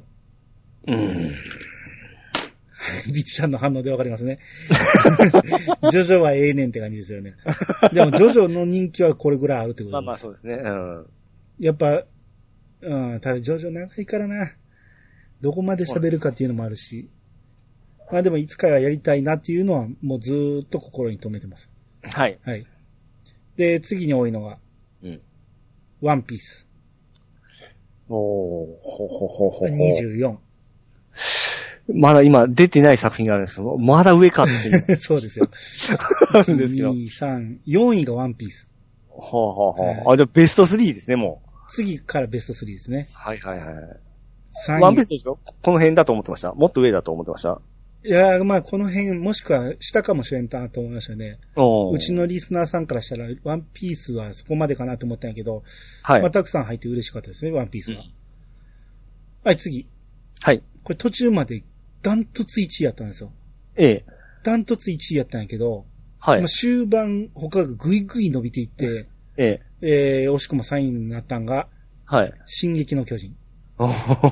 ビチさんの反応でわかりますね。ジョジョはええねんって感じですよね。でもジョジョの人気はこれぐらいあるってことです。 まあそうですね。 やっぱ、ただジョジョ長いからな。どこまで喋るかっていうのもあるし。まあでもいつかはやりたいなっていうのはもうずーっと心に留めてます。 はい。 はい。で、次に多いのが、ワンピース。24。 まだ今出てない作品があるんですよ。まだ上かっていう。 そうですよ。2、3、4位がワンピース。 じゃあベスト3ですね、もう。 次からベスト3ですね。 はいはいはい。 ワンピースでしょ？この辺だと思ってました。もっと上だと思ってました。 いやまあこの辺、もしくは下かもしれんなと思いましたね。うちのリスナーさんからしたら、ワンピースはそこまでかなと思ったんやけど、はい。まあたくさん入って嬉しかったですね、ワンピースは。はい、次。はい。これ途中までダントツ1位やったんですよ。ええ。ダントツ1位やったんやけど、はい。まあ終盤、他がぐいぐい伸びていって、ええ。惜しくも3位になったんが、はい。進撃の巨人。こ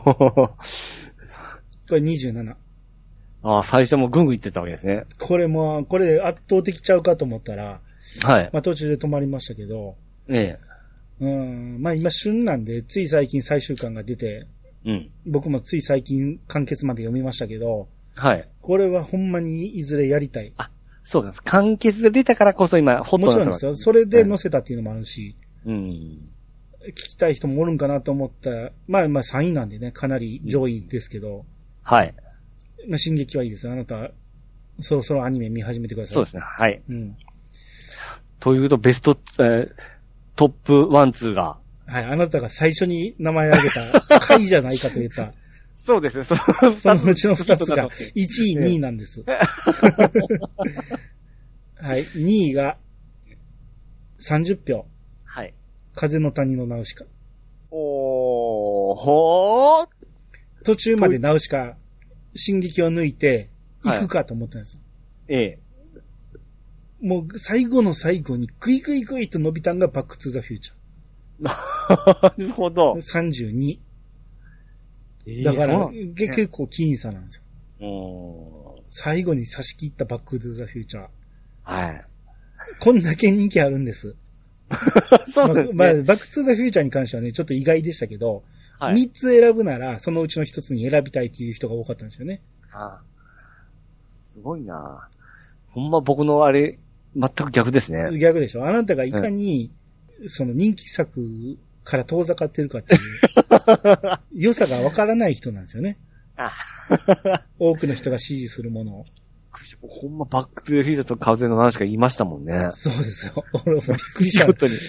れ27。 ああ、最初もぐんぐんいってたわけですね。 これ圧倒的ちゃうかと思ったら、はい。まあ途中で止まりましたけど、ええ。まあ今旬なんで、つい最近最終巻が出て、うん。僕もつい最近完結まで読みましたけど、はい。これはほんまにいずれやりたい。 あ、そうなんです。完結が出たからこそ今、 ほっとなった。もちろんですよ。それで載せたっていうのもあるし、うん。聞きたい人もおるんかなと思ったら、まあ3位なんでね、かなり上位ですけど、はい。まあ、進撃はいいですよ。あなた、そろそろアニメ見始めてください。 そうですね。はい。うん。というと、ベスト、トップ1、2が。 はい。あなたが最初に名前挙げた回じゃないかと言った。 そうですね。そのうちの2つが1位、2位なんです。はい。2位が30票。はい。風の谷のナウシカ。ほー。途中までナウシカ、進撃を抜いて、行くかと思ったんですよ。はい、ええ。もう、最後の最後に、グイグイグイと伸びたんがバックトゥザフューチャー。なるほど。 32。だから、結構僅差なんですよ。最後に差し切ったバックトゥザフューチャー。はい。こんだけ人気あるんです。そうですね。まあ、バックトゥザフューチャーに関してはね、ちょっと意外でしたけど、はい、3つ選ぶなら、そのうちの1つに選びたいっていう人が多かったんですよね。ああ、 すごいな。ほんま僕のあれ、全く逆ですね。 逆でしょ。あなたがいかに、その人気作から遠ざかってるかっていう、良さがわからない人なんですよね。多くの人が支持するものを。 ほんまバックトゥーフィーチャーと風の話が言いましたもんね。 そうですよ。俺もびっくりした。本当に。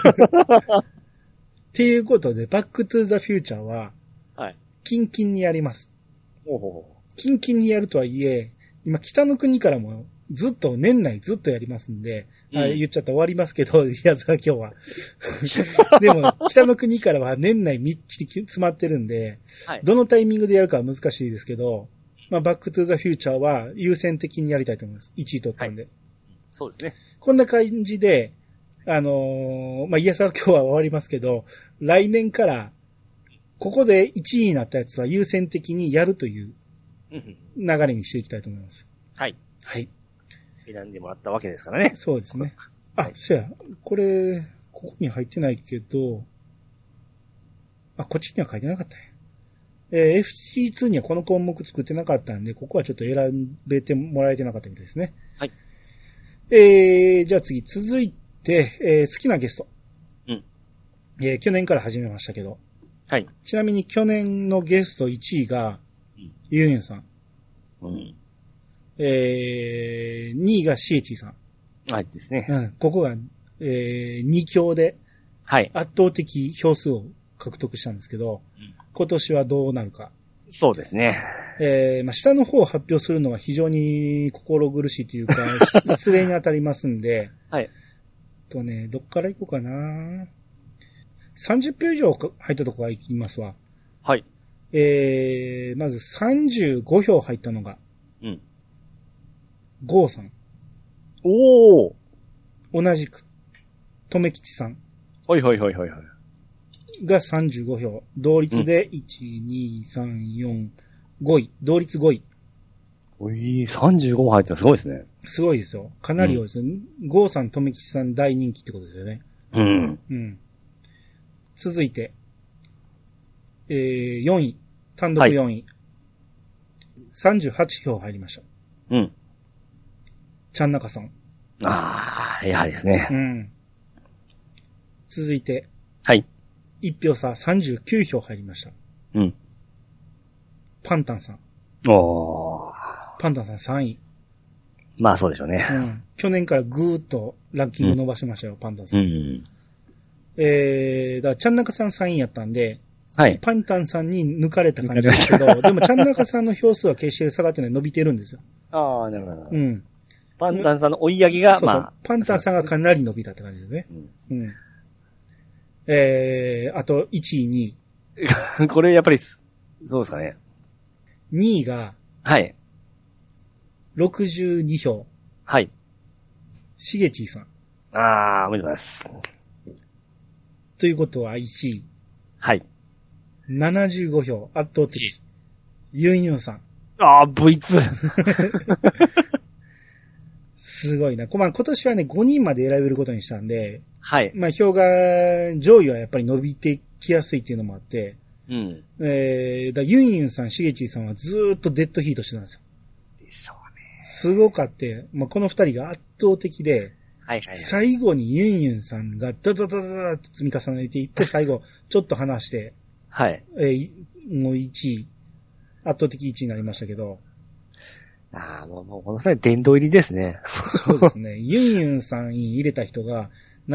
っていうことで、バックトゥーザフューチャーは、はい。キンキンにやります。ほうほうほう。キンキンにやるとはいえ、今北の国からも年内ずっとやりますんで、うん、言っちゃったら終わりますけど、いや今日は。でも、北の国からは年内みっちり詰まってるんで、はい、どのタイミングでやるかは難しいですけど、まあ、バックトゥーザフューチャーは優先的にやりたいと思います。1位取ったんで。はい、 そうですね。 こんな感じで、まあ、いやさ、今日は終わりますけど、来年から、ここで1位になったやつは優先的にやるという流れにしていきたいと思います。はい。はい。 選んでもらったわけですからね。 そうですね。あ、はい、そうや。これ、ここに入ってないけど、あ、こっちには書いてなかったね。FC2 にはこの項目作ってなかったんで、ここはちょっと選べてもらえてなかったみたいですね。はい。じゃあ次、続いて、好きなゲスト。うん。去年から始めましたけど。はい。ちなみに去年のゲスト1位が、ユンユンさん。うん。2位がシエチーさん。 はいですね。 うん。ここが、2強で、はい。圧倒的票数を獲得したんですけど、うん、今年はどうなるか。 そうですね。 まあ、下の方を発表するのは非常に心苦しいというか、失礼に当たりますんで、はい。どっから行こうかな。30票以上入ったとこから行きますわ。はい。まず35票入ったのが、うん。ゴーさん。おー。同じく、とめきちさん。 はいはいはいはいはい。 が35票。同率で、1、2、3、4、5位。同率5位。 35も入ったらすごいですね。 すごいですよ。かなり多いですよ。ゴーさん、とめきちさん大人気ってことですよね。うん。うん。続いて、4位。単独4位。はい、38票入りました。うん。ちゃんなかさん。 ああ、やはりですね。うん。 続いて。はい。1票差39票入りました。うん。パンタンさん。おー。パンタンさん3位。 まあそうでしょうね。 うん。去年からぐーっとランキング伸ばしましたよ、パンタンさん。うん。だからちゃんなかさん3位やったんで、 はい。 パンタンさんに抜かれた感じですけど、でも、ちゃんなかさんの票数は決して下がってない、伸びてるんですよ。 ああ、なるほど。 うん。 パンタンさんの追い上げが、 そうそう、パンタンさんがかなり伸びたって感じですね。うん。あと、1位、2 位。これ、やっぱり、そうですかね。 2位が、 はい。 62票。 はい。 しげちーさん。 ああ、おめでとうございます。 ということは1位。 はい。 75票、圧倒的。ユンユンさん。 ああ、V2。 すごいな。まあ、今年はね、5人まで選べることにしたんで、 はい。 まあ、票が、上位はやっぱり伸びてきやすいっていうのもあって、 うん。 ユンユンさん、しげちーさんはずーっとデッドヒートしてたんですよ。 でしょうね。 すごかって、まあ、この二人が圧倒的で、 はいはいはい。 最後にユンユンさんがダダダダダって積み重ねていって、最後、ちょっと離して、 はい。 もう1位、圧倒的1位になりましたけど。 ああ、もうこの際殿堂入りですね。 そうですね。ユンユンさんに入れた人が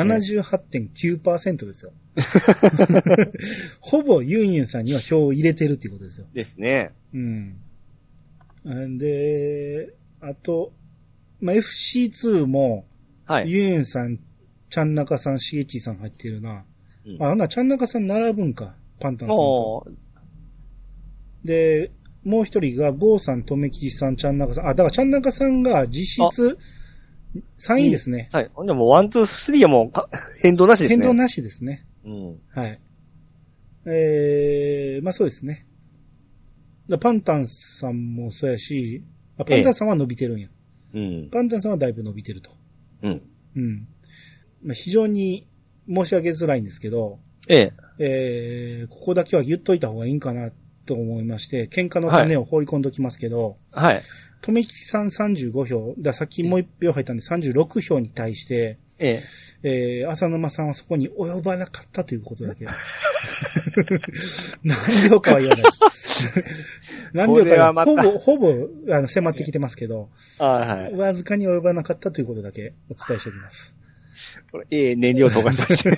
78.9% ですよ。ほぼユンユンさんには票を入れてるっていうことですよ。 ですね。 うん。で、あと、まあ、FC2 も、はい、ユンユンさん、ちゃんなかさん、しげちさん入ってるな。うん、ちゃんなかさん並ぶんか。パンタンさんと。で、もう一人が、ゴーさん、とめきさん、ちゃんなかさん。だからちゃんなかさんが実質3位ですね。 はい。でも、1、2、3はもう変動なしですね。 変動なしですね。 うん。 はい。まあそうですね。パンタンさんもそうやし、パンタンさんは伸びてるんや。 うん。 パンタンさんはだいぶ伸びてると。 うん。 うん。まあ、非常に申し上げづらいんですけど、ここだけは言っといた方がいいんかなと思いまして、喧嘩の種を放り込んどきますけど、 はい。 とめきさん35票、さっきもう1票入ったんで36票に対して、浅沼さんはそこに及ばなかったということだけ。何秒かは言わない。何秒かはほぼ迫ってきてますけど、 はい、 わずかに及ばなかったということだけお伝えしておきます。 これ、燃料投下しました。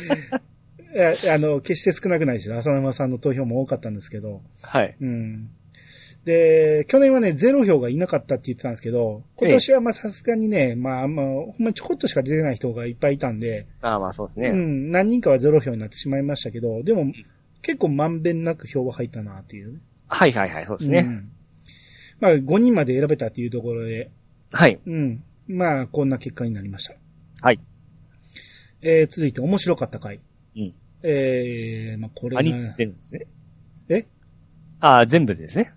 決して少なくないですよ。浅沼さんの投票も多かったんですけど。 はい。 うん。で、去年はね、0票がいなかったって言ってたんですけど、今年はまあさすがにね、まあ、ほんまちょこっとしか出てない人がいっぱいいたんで。 まあそうですね。 うん、何人かは0票になってしまいましたけど、でも、結構まんべんなく票は入ったなっていう、ね。 はいはいはい、そうですね。うん、 まあ5人まで選べたっていうところで。 はい。 うん。まあ、こんな結果になりました。 はい。 続いて面白かった回。 うん。 まあこれが。 についてるんですね。全部ですね。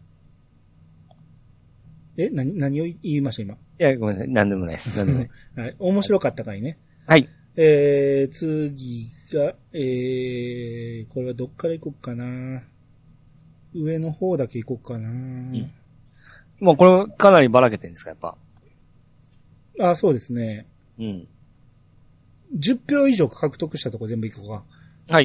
何を言いました今。いや、ごめんなさい。何でもないです。何でもない。 はい。面白かった回ね。 はい。 次が、これはどっから行こうかな。上の方だけ行こうかな。うん、 もうこれかなりばらけてるんですか、やっぱ。 そうですね。 うん。 10票以上獲得したとこ全部行こうか。 はい。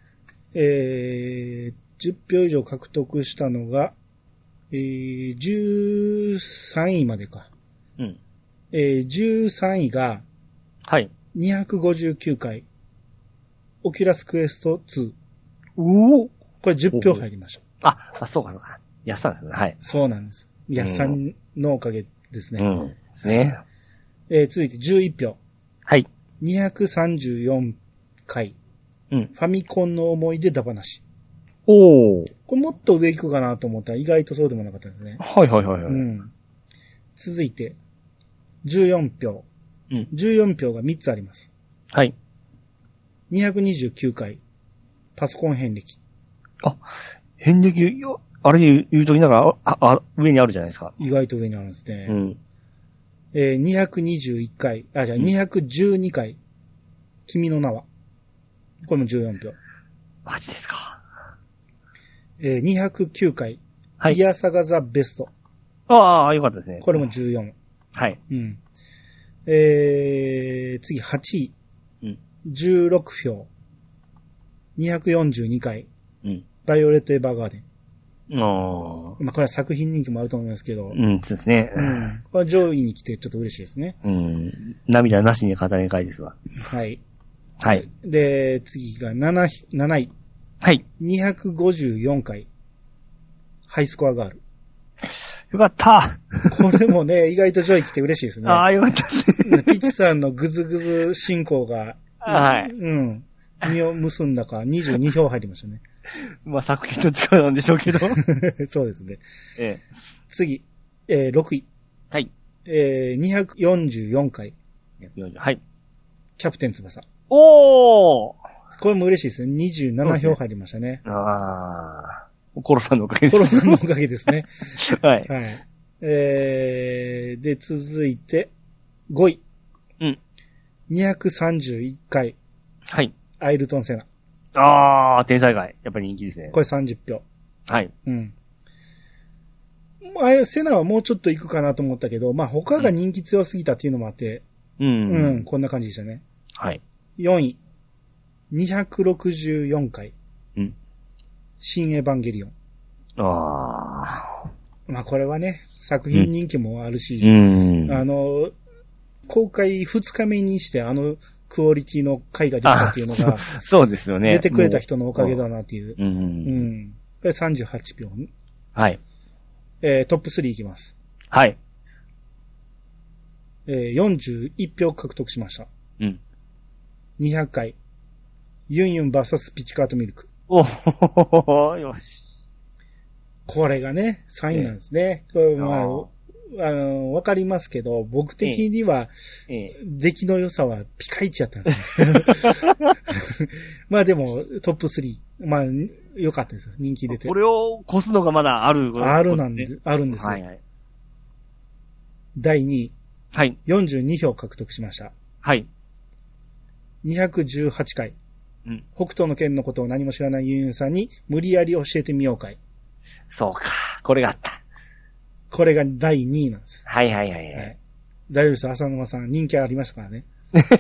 10票以上獲得したのが、13位までか。 うん。 13位が、 はい。 259回。オキュラスクエスト2。 おお。 これ10票入りました。 そうかそうか。やっさんですね。はい。 そうなんです。やっさんのおかげですね。 うん。ですね。 続いて11票。 はい。 234回。 うん。 ファミコンの思い出だ話。 おー。 これもっと上行くかなと思ったら意外とそうでもなかったですね。 はいはいはいはい。 うん。続いて、14票。 うん。 14票が3つあります。 はい。 229回。パソコン遍歴。 遍歴、あれ言うときながら、上にあるじゃないですか。 意外と上にあるんですね。 うん。 221回。212回。君の名は。これも14票。 マジですか。 209回。 はい。 イヤサガザベスト。 よかったですね。 これも14。 はい。 うん。次8位。 うん。 16票。242回。 うん。 バイオレット・エヴァーガーデン。 まあ、 これは作品人気もあると思いますけど。 うん、そうですね。 うん。これは上位に来てちょっと嬉しいですね。 うん。涙なしに語れ会ですわ。 はい。 はい。 で、次が7位。 はい。 254回。ハイスコアがある。 よかった。 これもね、意外と上位来て嬉しいですね。 ああ、よかったですね。 ピチさんのグズグズ進行が、 はい。 うん。実を結んだか、22票入りましたね。 まあ、作品の力なんでしょうけど。 そうですね。 ええ。 次、6位。 はい。 244回。 はい。 キャプテン翼。 おー！ これも嬉しいですね。27票入りましたね。 ああ。コロさんのおかげです。 コロさんのおかげですね。 はい。 はい。で、続いて、5位。 うん。 231回。 はい。 アイルトン・セナ。 ああ、天才外。やっぱり人気ですね。 これ30票。 はい。 うん。セナはもうちょっと行くかなと思ったけど、まあ他が人気強すぎたっていうのもあって、 うん。 うん、こんな感じでしたね。 はい。 4位。264回。 うん。 新エヴァンゲリオン。 ああ。 まあこれはね、作品人気もあるし、公開2日目にしてクオリティの回が出たっていうのが、 そうですよね。 出てくれた人のおかげだなっていう。 うん。 これ38票。 はい。 トップ3いきます。 はい。 41票獲得しました。 うん。 200回。ユンユン VS ピチカートミルク。 おー、よし。 これがね、3位なんですね。これまあ、わかりますけど、僕的には、出来の良さはピカイチやったんですね。まあでも、トップ3。まあ、良かったですよ。人気出て。 これを越すのがまだある。 あるんですよ。はいはい。第2位。 はい。 42票獲得しました。 はい。 218回。 うん。 北斗の拳のことを何も知らないユンユンさんに無理やり教えてみようかい。 そうか。これがあった。 これが第2位なんです。 はいはいはい、 はい。大丈夫です。浅沼さん人気ありましたからね。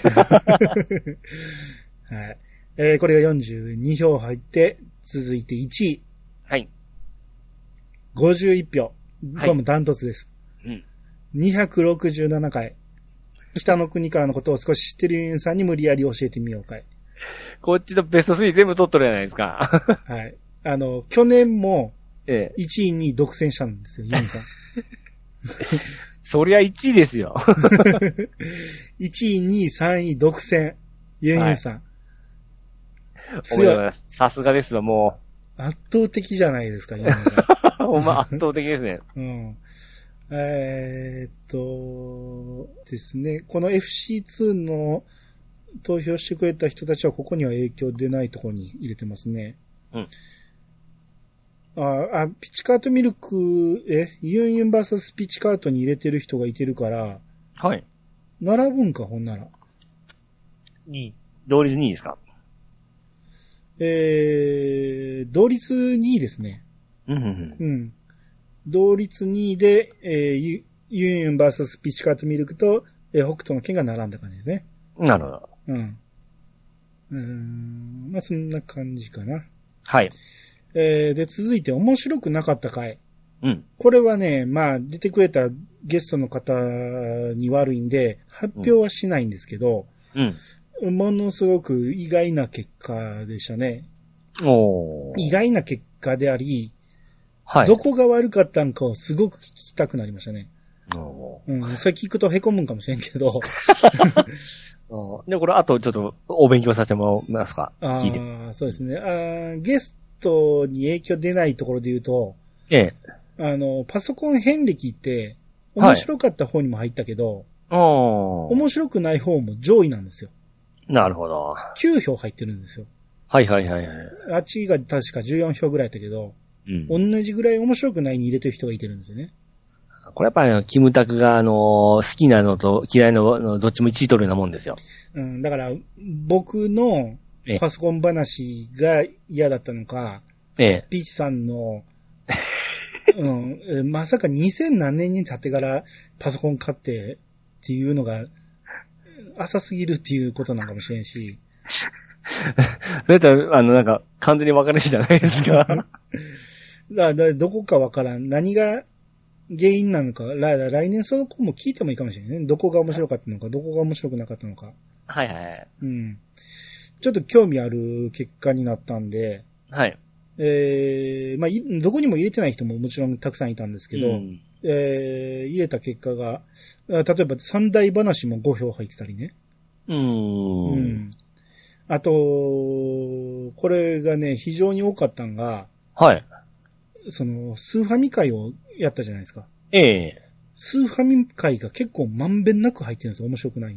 はい。これが42票入って、続いて1位。 はい。 51票。これもダントツです。 うん。 267回。北の国からのことを少し知ってるユンユンさんに無理やり教えてみようかい。 こっちのベスト3全部取っとるじゃないですか。 はい。去年も、 1 位に独占したんですよ、ユンユンさん。 そりゃ1位ですよ。 1位、2位、3位、独占。ユンユンさん。はい、 強い。さすがですわ、もう。圧倒的じゃないですか、ユンユンさん。 ほんま圧倒的ですね。 うん。ですね。この FC2 の投票してくれた人たちはここには影響出ないところに入れてますね。 うん。 ピチカートミルク、ユンユン VS ピチカートに入れてる人がいてるから、 はい。 並ぶんか、ほんなら。 2位。同率2位ですか？ 同率2位ですね。 うん。 同率2位で、ユンユン VS ピチカートミルクと、北斗の拳が並んだ感じですね。 なるほど。 まあ、そんな感じかな。 はい。 で、続いて面白くなかった回。 うん。 これはね、まあ、出てくれたゲストの方に悪いんで、発表はしないんですけど、ものすごく意外な結果でしたね。意外な結果であり、はい。どこが悪かったんかをすごく聞きたくなりましたね。それ聞くと凹むんかもしれんけど。 で、これ、あとちょっとお勉強させてもらえますか？聞いて。 そうですね。ゲストに影響出ないところで言うと、パソコン遍歴って、面白かった方にも入ったけど、面白くない方も上位なんですよ。 なるほど。 9票入ってるんですよ。 はい。 あっちが確か14票ぐらいだったけど、同じぐらい面白くないに入れてる人がいてるんですよね。 これやっぱりキムタクが好きなのと嫌いのどっちも1位取るようなもんですよ。 だから僕のパソコン話が嫌だったのか、ピーチさんの、まさか2000何年に経ってからパソコン買ってっていうのが浅すぎるっていうことなのかもしれんし。 だいたいなんか完全に分かるじゃないですか。 どこかわからん。何が原因なのか。来年その子も聞いてもいいかもしれないね。どこが面白かったのか、どこが面白くなかったのか。 はい。 ちょっと興味ある結果になったんで、 はい。 まあ、どこにも入れてない人ももちろんたくさんいたんですけど、入れた結果が、例えば三大話も5票入ってたりね。あと、これがね、非常に多かったのが、 はい。 スーファミ会をやったじゃないですか。スーファミ会が結構まんべんなく入ってるんですよ。面白くない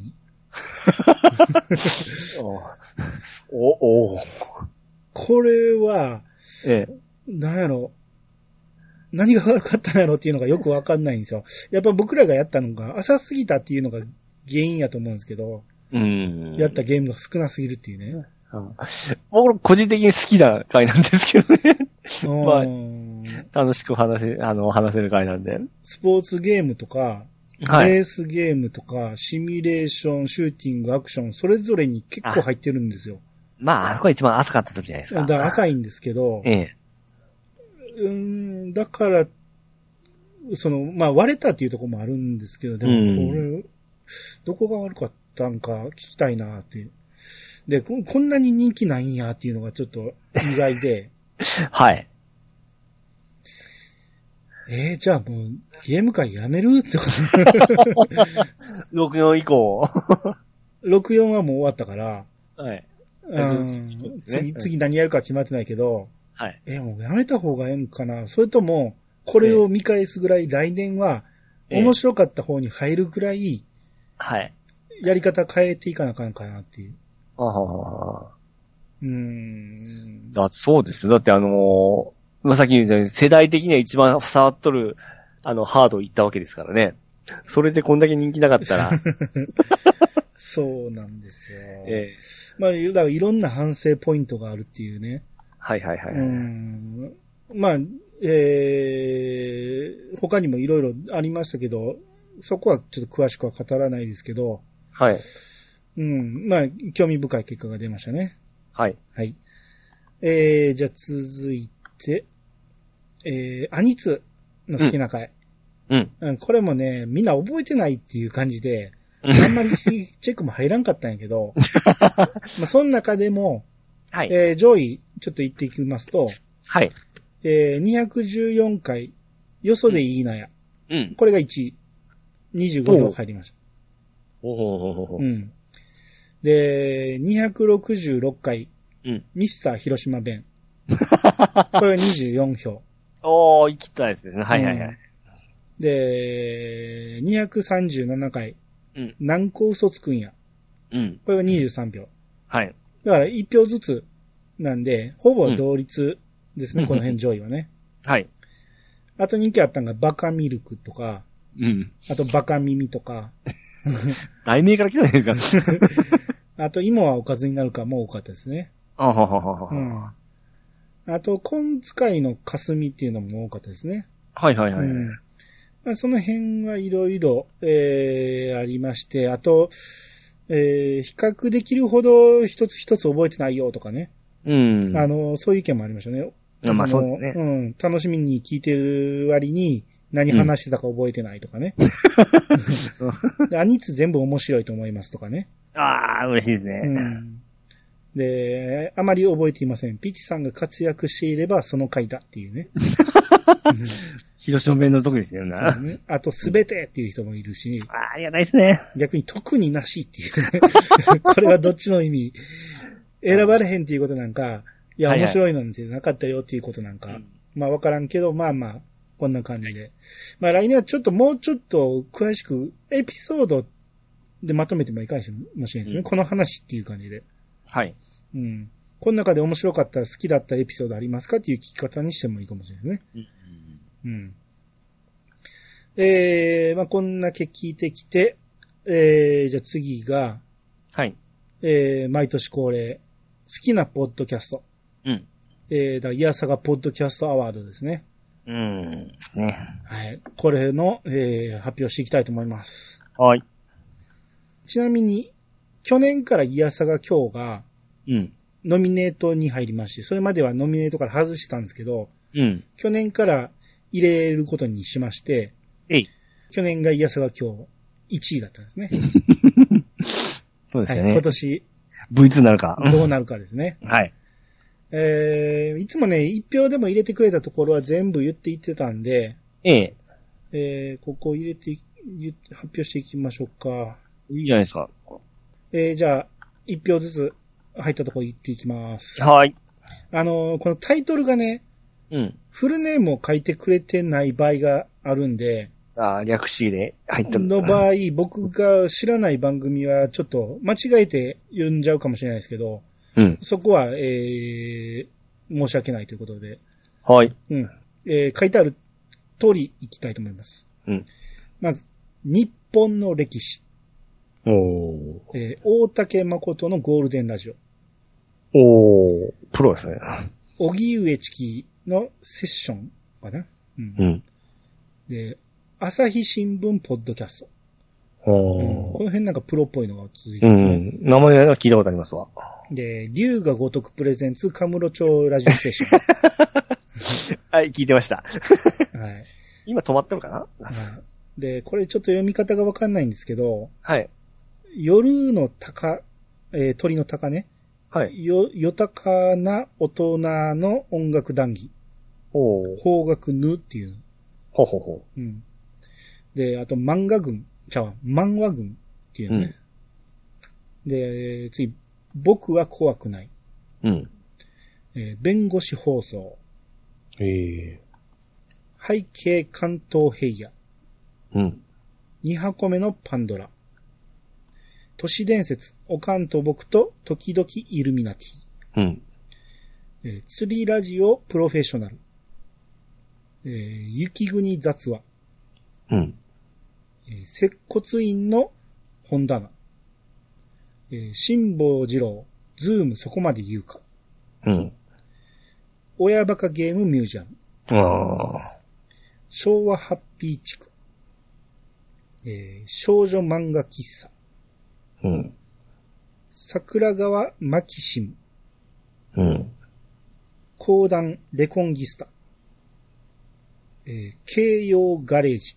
これは、なんやろ、何が悪かったんやろっていうのがよくわかんないんですよ。やっぱ僕らがやったのが浅すぎたっていうのが原因やと思うんですけど、やったゲームが少なすぎるっていうね。 僕個人的に好きな回なんですけどね。まあ、楽しく話せる回なんで。 スポーツゲームとか、レースゲームとか、シミュレーション、シューティング、アクション、それぞれに結構入ってるんですよ。 まあ、あそこが一番浅かった時じゃないですか。 だから浅いんですけど、だから、まあ割れたっていうところもあるんですけど、でもこれ、どこが悪かったんか聞きたいなっていう。で、こんなに人気ないんやっていうのがちょっと意外で。 はい。 じゃあもうゲーム界やめるってこと 64以降。 64はもう終わったから。 はい。 次何やるか決まってないけど。 はい。 もうやめた方がええんかな。それとも、これを見返すぐらい来年は面白かった方に入るぐらい、 はい。 やり方変えていかなあかんかなっていう。 そうです。だってさっき言ったように世代的には一番触っとる、ハード行ったわけですからね。それでこんだけ人気なかったら。 そうなんですよ。まあ、だからいろんな反省ポイントがあるっていうね。 はいはいはい。 まあ、他にもいろいろありましたけど、そこはちょっと詳しくは語らないですけど。 はい。 まあ、興味深い結果が出ましたね。 はい。 はい。じゃあ続いて、アニツの好きな回。これもね、みんな覚えてないっていう感じで、あんまりチェックも入らんかったんやけど、まあ、その中でも、 はい。 上位、ちょっと言っていきますと、 はい。 214回、よそでいいなや。これが1位。25票入りました。で、266回、ミスター広島弁。これが24票。 生きたやつですね。はいはいはい。 で、237回、南高嘘つくんや。これが23票。 はい。 だから1票ずつなんで、ほぼ同率ですね、この辺上位はね。 はい。 あと人気あったのがバカミルクとか、あとバカ耳とか。 題名から来たんですかあと芋はおかずになるかも多かったですね。あと、根使いの霞っていうのも多かったですね。 はいはいはい。 まあ、その辺はいろいろ、ありまして、あと、比較できるほど一つ一つ覚えてないよとかね。そういう意見もありましたね。 まあそうですね。 楽しみに聞いてる割に何話してたか覚えてないとかね。アニツ全部面白いと思いますとかね。 嬉しいですね。 で、あまり覚えていません。ピチさんが活躍していればその回だっていうね。 広島弁の得ですよね。 あと、すべてっていう人もいるし。 ありがたいですね。 逆に特になしっていうね。これはどっちの意味選ばれへんっていうことなんか、いや、面白いなんてなかったよっていうことなんか、まあわからんけど、まあまあ、こんな感じで。まあ来年はもうちょっと詳しくエピソードでまとめてもいいかもしれないですね。この話っていう感じで。 はい。 この中で面白かった好きだったエピソードありますかっていう聞き方にしてもいいかもしれないですね。まあこんだけ聞いてきて、じゃあ次が、 はい。 毎年恒例、好きなポッドキャスト。イヤサガポッドキャストアワードですね。 ね。 はい。これの、発表していきたいと思います。 はい。 ちなみに、去年からイヤサガ今日が、ノミネートに入りまして、それまではノミネートから外してたんですけど、去年から入れることにしまして、去年がイヤサガ今日1位だったんですね。 そうですよね。 はい、今年、 V2 なるか。 どうなるかですね。 はい。 いつもね、1票でも入れてくれたところは全部言っていってたんで、ここ入れて、発表していきましょうか。 いいじゃないですか。 じゃあ、1票ずつ入ったところ言っていきます。 はい。 このタイトルがね、フルネームを書いてくれてない場合があるんで、 略式で入ったの場合、僕が知らない番組はちょっと間違えて読んじゃうかもしれないですけど、そこは、申し訳ないということで。 はい。 書いてある通り行きたいと思います。まず、日本の歴史。大竹誠のゴールデンラジオ。プロですね。 荻上チキのセッションかな。で、朝日新聞ポッドキャスト。この辺なんかプロっぽいのが続いてますね。 名前は聞いたことありますわ。 で、龍が如くプレゼンツカムロ町ラジオステーション。 はい、聞いてました。 はい。 今止まってるかな、 で、これちょっと読み方がわかんないんですけど、 はい。 夜の鷹、鳥の鷹ね。 はい。 よたかな大人の音楽談義。邦楽ぬっていう。で、あと漫画軍。漫画軍っていうね。で、次、僕は怖くない。弁護士放送。背景関東平野。2箱目のパンドラ。都市伝説、おかんと僕と時々イルミナティ。釣りラジオプロフェッショナル。雪国雑話。接骨院の本棚。辛坊二郎、ズームそこまで言うか。親バカゲームミュージアム。昭和ハッピー地区。少女漫画喫茶。桜川マキシム。講談レコンギスタ。京葉ガレージ。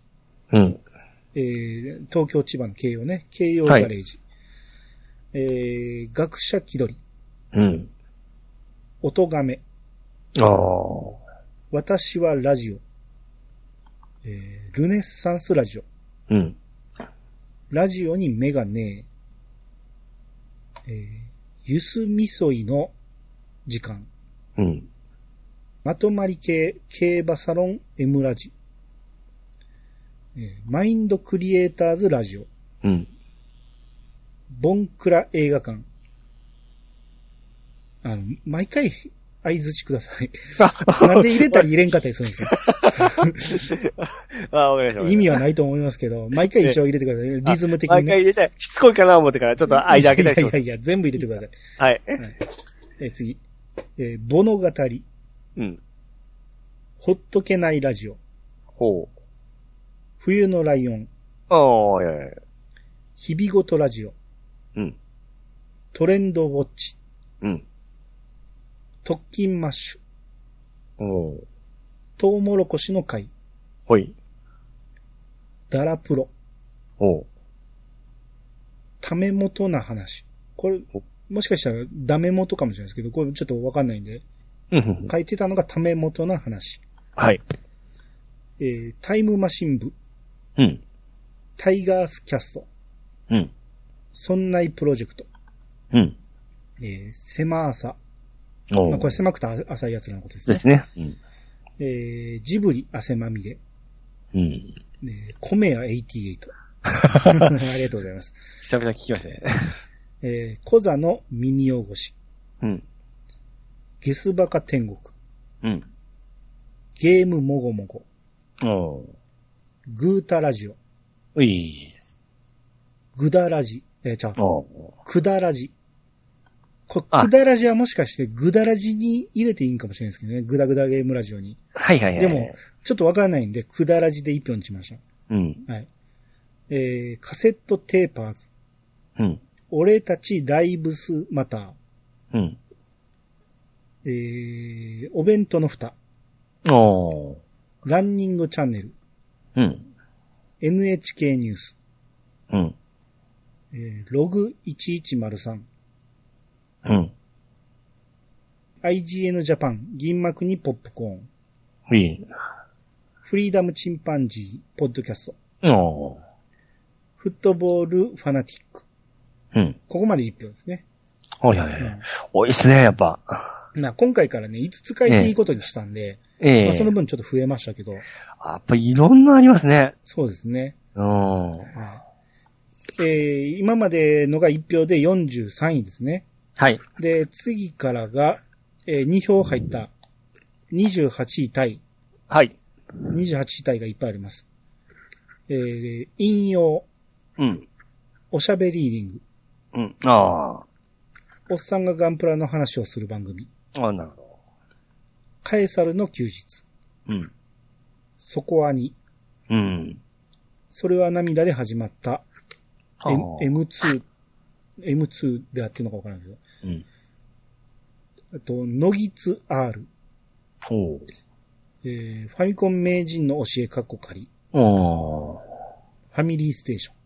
東京千葉の京葉ね。京葉ガレージ。学者気取り。音亀。私はラジオ。ルネッサンスラジオ。ラジオに目がねえ。ゆすみそいの時間。まとまり系競馬サロン M ラジ。マインドクリエイターズラジオ。ボンクラ映画館。毎回相づちください。なんで入れたり入れんかったりするんですかわかりました。 意味はないと思いますけど、毎回一応入れてください。リズム的にね。 毎回入れたい。しつこいかな思ってからちょっと間開けたりします。 いや、全部入れてください。 はい。 次。物語。ほっとけないラジオ。冬のライオン。日々ごとラジオ。トレンドウォッチ。特勤マッシュ。トウモロコシの会。ダラプロ。ため元な話。これ、もしかしたらダメ元かもしれないですけど、これちょっとわかんないんで。書いてたのがため元な話。タイムマシン部。タイガースキャスト。そんないプロジェクト。狭朝。これ狭くて浅いやつらのことですね。 ですね。 ジブリ汗まみれ。コメヤ88。ありがとうございます。 久々聞きましたね。 コザの耳汚し。ゲスバカ天国。ゲームもごもご。グータラジオ。グダラジ。クダラジ。グダラジはもしかしてグダラジに入れていいんかもしれないですけどね。グダグダゲームラジオに。でも、ちょっとわからないんで、クダラジで一票にしました。カセットテーパーズ。俺たちライブスマター。お弁当の蓋。ランニングチャンネル。NHK ニュース。ログ1103。 IGN ジャパン、銀幕にポップコーン。フリーダムチンパンジー、ポッドキャスト。フットボールファナティック。ここまで1票ですね。 多いですね、やっぱ。 今回からね、5つ書いていいことにしたんで、その分ちょっと増えましたけど。 やっぱいろんなありますね。 そうですね。今までのが1票で43位ですね。 はい。 で、次からが、2票入った28位タイ。 はい。 28位タイがいっぱいあります。引用。おしゃべりーディング。おっさんがガンプラの話をする番組。 なるほど。 カエサルの休日。そこはに。それは涙で始まった。M2 であってるのかわからないけど。あと、ノギツ R。ファミコン名人の教えカッコ仮。ファミリーステーション。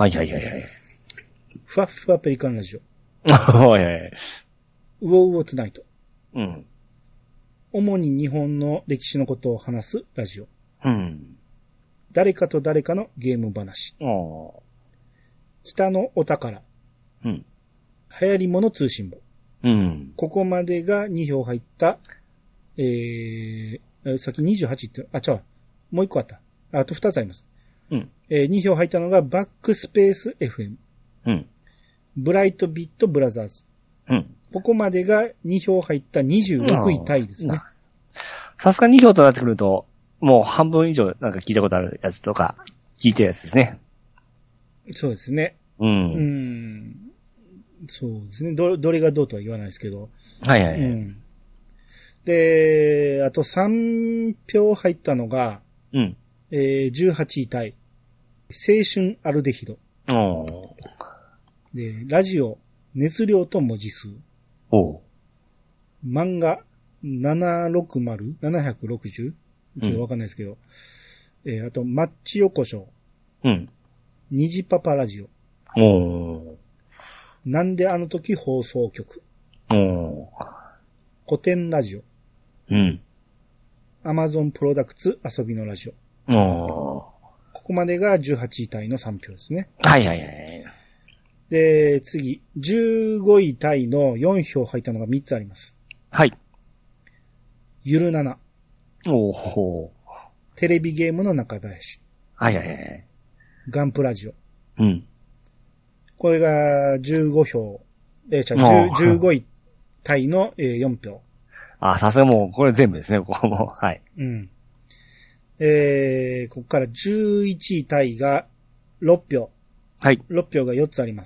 ふわっふわペリカンラジオ。ウォウォトゥナイト。主に日本の歴史のことを話すラジオ。誰かと誰かのゲーム話。北のお宝。流行り物通信簿。ここまでが2票入った、さっき28って、違う。もう1個あった。あと2つあります。2票入ったのがバックスペース FM。ブライトビットブラザーズ。ここまでが2票入った26位タイですね。 さすが2票となってくると、もう半分以上なんか聞いたことあるやつとか、聞いてるやつですね。 そうですね。そうですね。どれがどうとは言わないですけど。で、あと3票入ったのが、18位タイ。青春アルデヒド。で、ラジオ、熱量と文字数。漫画、760? 760? ちょっとわかんないですけど。あと、マッチ横丁。虹パパラジオ。なんであの時放送局。古典ラジオ。アマゾンプロダクツ遊びのラジオ。ここまでが18位タイの3票ですね。で、次、15位タイの4票入ったのが3つあります。ゆるなな。テレビゲームの中林。ガンプラジオ。これが15票。15位タイの4票。 さすがもう、これ全部ですね、ここも。 ここから11位タイが6票。6票が4つあります。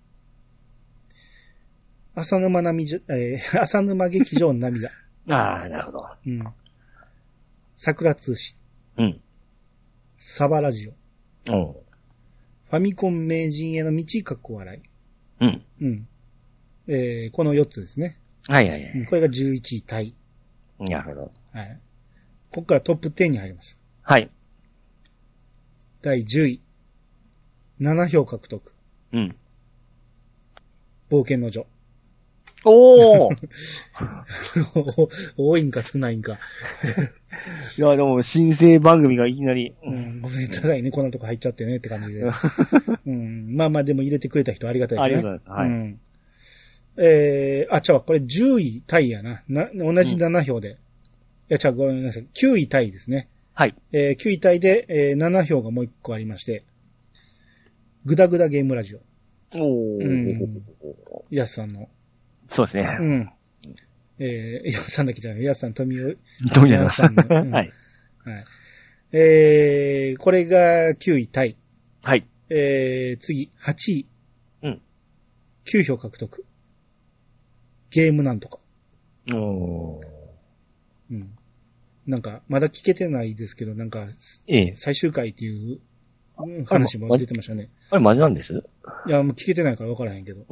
浅沼劇場涙。 なるほど。 桜通信。サバラジオ。ファミコン名人への道、かっこ笑い。この4つですね。これが11位タイ。 なるほど。 ここからトップ10に入ります。第10位。7票獲得。冒険の女。多いんか少ないんか。 いや、でも、新生番組がいきなり。 ごめんなさいね、こんなとこ入っちゃってねって感じで。まあまあでも入れてくれた人ありがたいですね。 ありがとうございます。 これ10位タイやな。同じ7票で。ごめんなさい。9位タイですね。9位タイで、7票がもう1個ありまして。グダグダゲームラジオ。ヤスさんの。 そうですね。 ヤスさんだけじゃない。ヤスさん、富永さんの。 これが9位タイ。次、8位。9票獲得。ゲームなんとか。なんか、まだ聞けてないですけど、なんか、最終回っていう話も出てましたね。 あれマジなんです？ いや、もう聞けてないから分からへんけど。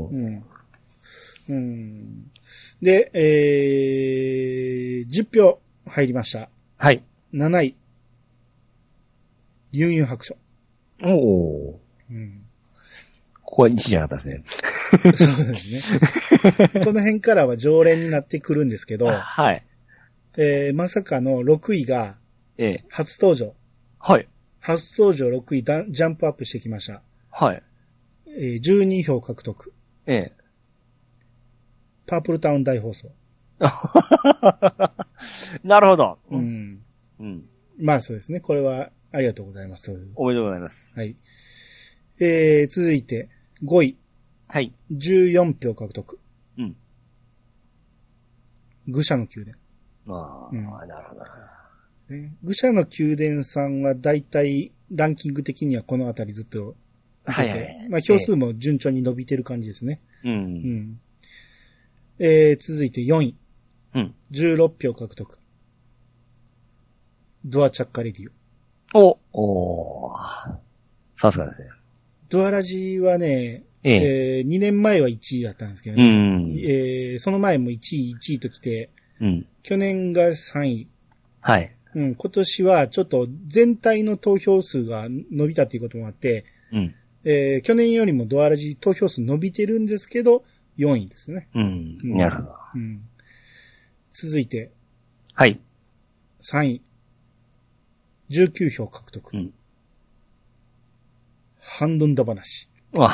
で、10票入りました。7位。ユンユン白書。 ここは1じゃなかったですね。 そうですね。この辺からは常連になってくるんですけど、 はい。 まさかの6位が、初登場。 はい。 初登場6位ジャンプアップしてきました。 はい。 12票獲得。パープルタウン大放送。 なるほど。 うん。まあそうですね。これはありがとうございます。 おめでとうございます。 はい。続いて5位。 はい。 14票獲得。 うん。 愚者の宮殿。 なるほど。 愚者の宮殿さんはだいたいランキング的にはこのあたりずっとはい。 まあ票数も順調に伸びてる感じですね。続いて4位。16票獲得。ドアチャッカレディオ。さすがですね。 ドアラジはね、2年前は1位だったんですけどね。その前も1位と来て、去年が3位。 はい。 今年はちょっと全体の投票数が伸びたっていうこともあって、去年よりもドアラジ投票数伸びてるんですけど、4位ですね。 なるほど。 続いて、 はい。 3位。19票獲得。ハンドンダ話。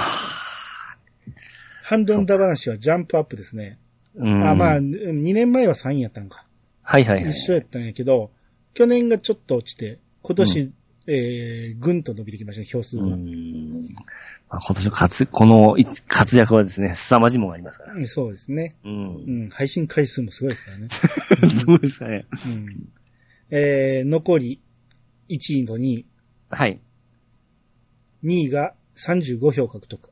ハンドンダ話はジャンプアップですね。まあ、2年前は3位やったんか。 はい。 一緒やったんやけど、去年がちょっと落ちて、今年、ぐんと伸びてきましたね、票数が。 今年のこの活躍はですね、凄まじいものがありますから。 そうですね。配信回数もすごいですからね。 そうですかね。 残り1位の2位。 はい。 2位が35票獲得。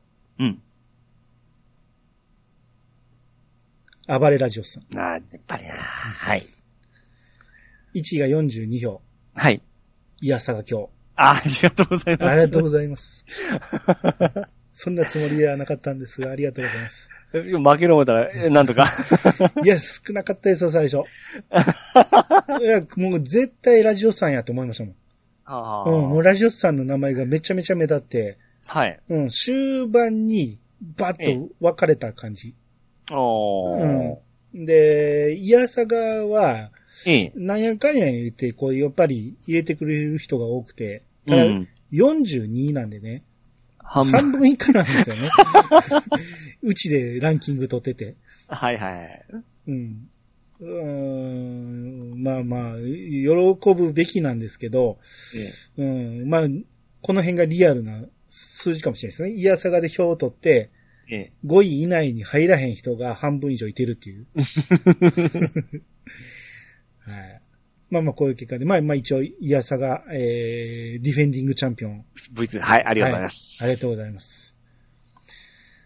暴れラジオさん。 やっぱりな。はい。 1位が42票。 はい。 いやさが今日。 ありがとうございます。 ありがとうございます。そんなつもりではなかったんですが、ありがとうございます。 負ける思ったら、なんとか。 いや、少なかったですよ、最初。いや、もう絶対ラジオさんやと思いましたもん。もうラジオさんの名前がめちゃめちゃ目立って、 はい。 終盤にバッと分かれた感じ。で、いやさがは、なんやかんや言って、こう、やっぱり入れてくれる人が多くて、ただ、42なんでね、半分以下なんですよね。うちでランキング取ってて。 はい。 まあ、喜ぶべきなんですけど、まあ、この辺がリアルな数字かもしれないですね。いやさがで票を取って、5位以内に入らへん人が半分以上いてるっていう。はい。まあこういう結果で、まあ一応、いやさが、ディフェンディングチャンピオン。 はい、ありがとうございます。 ありがとうございます。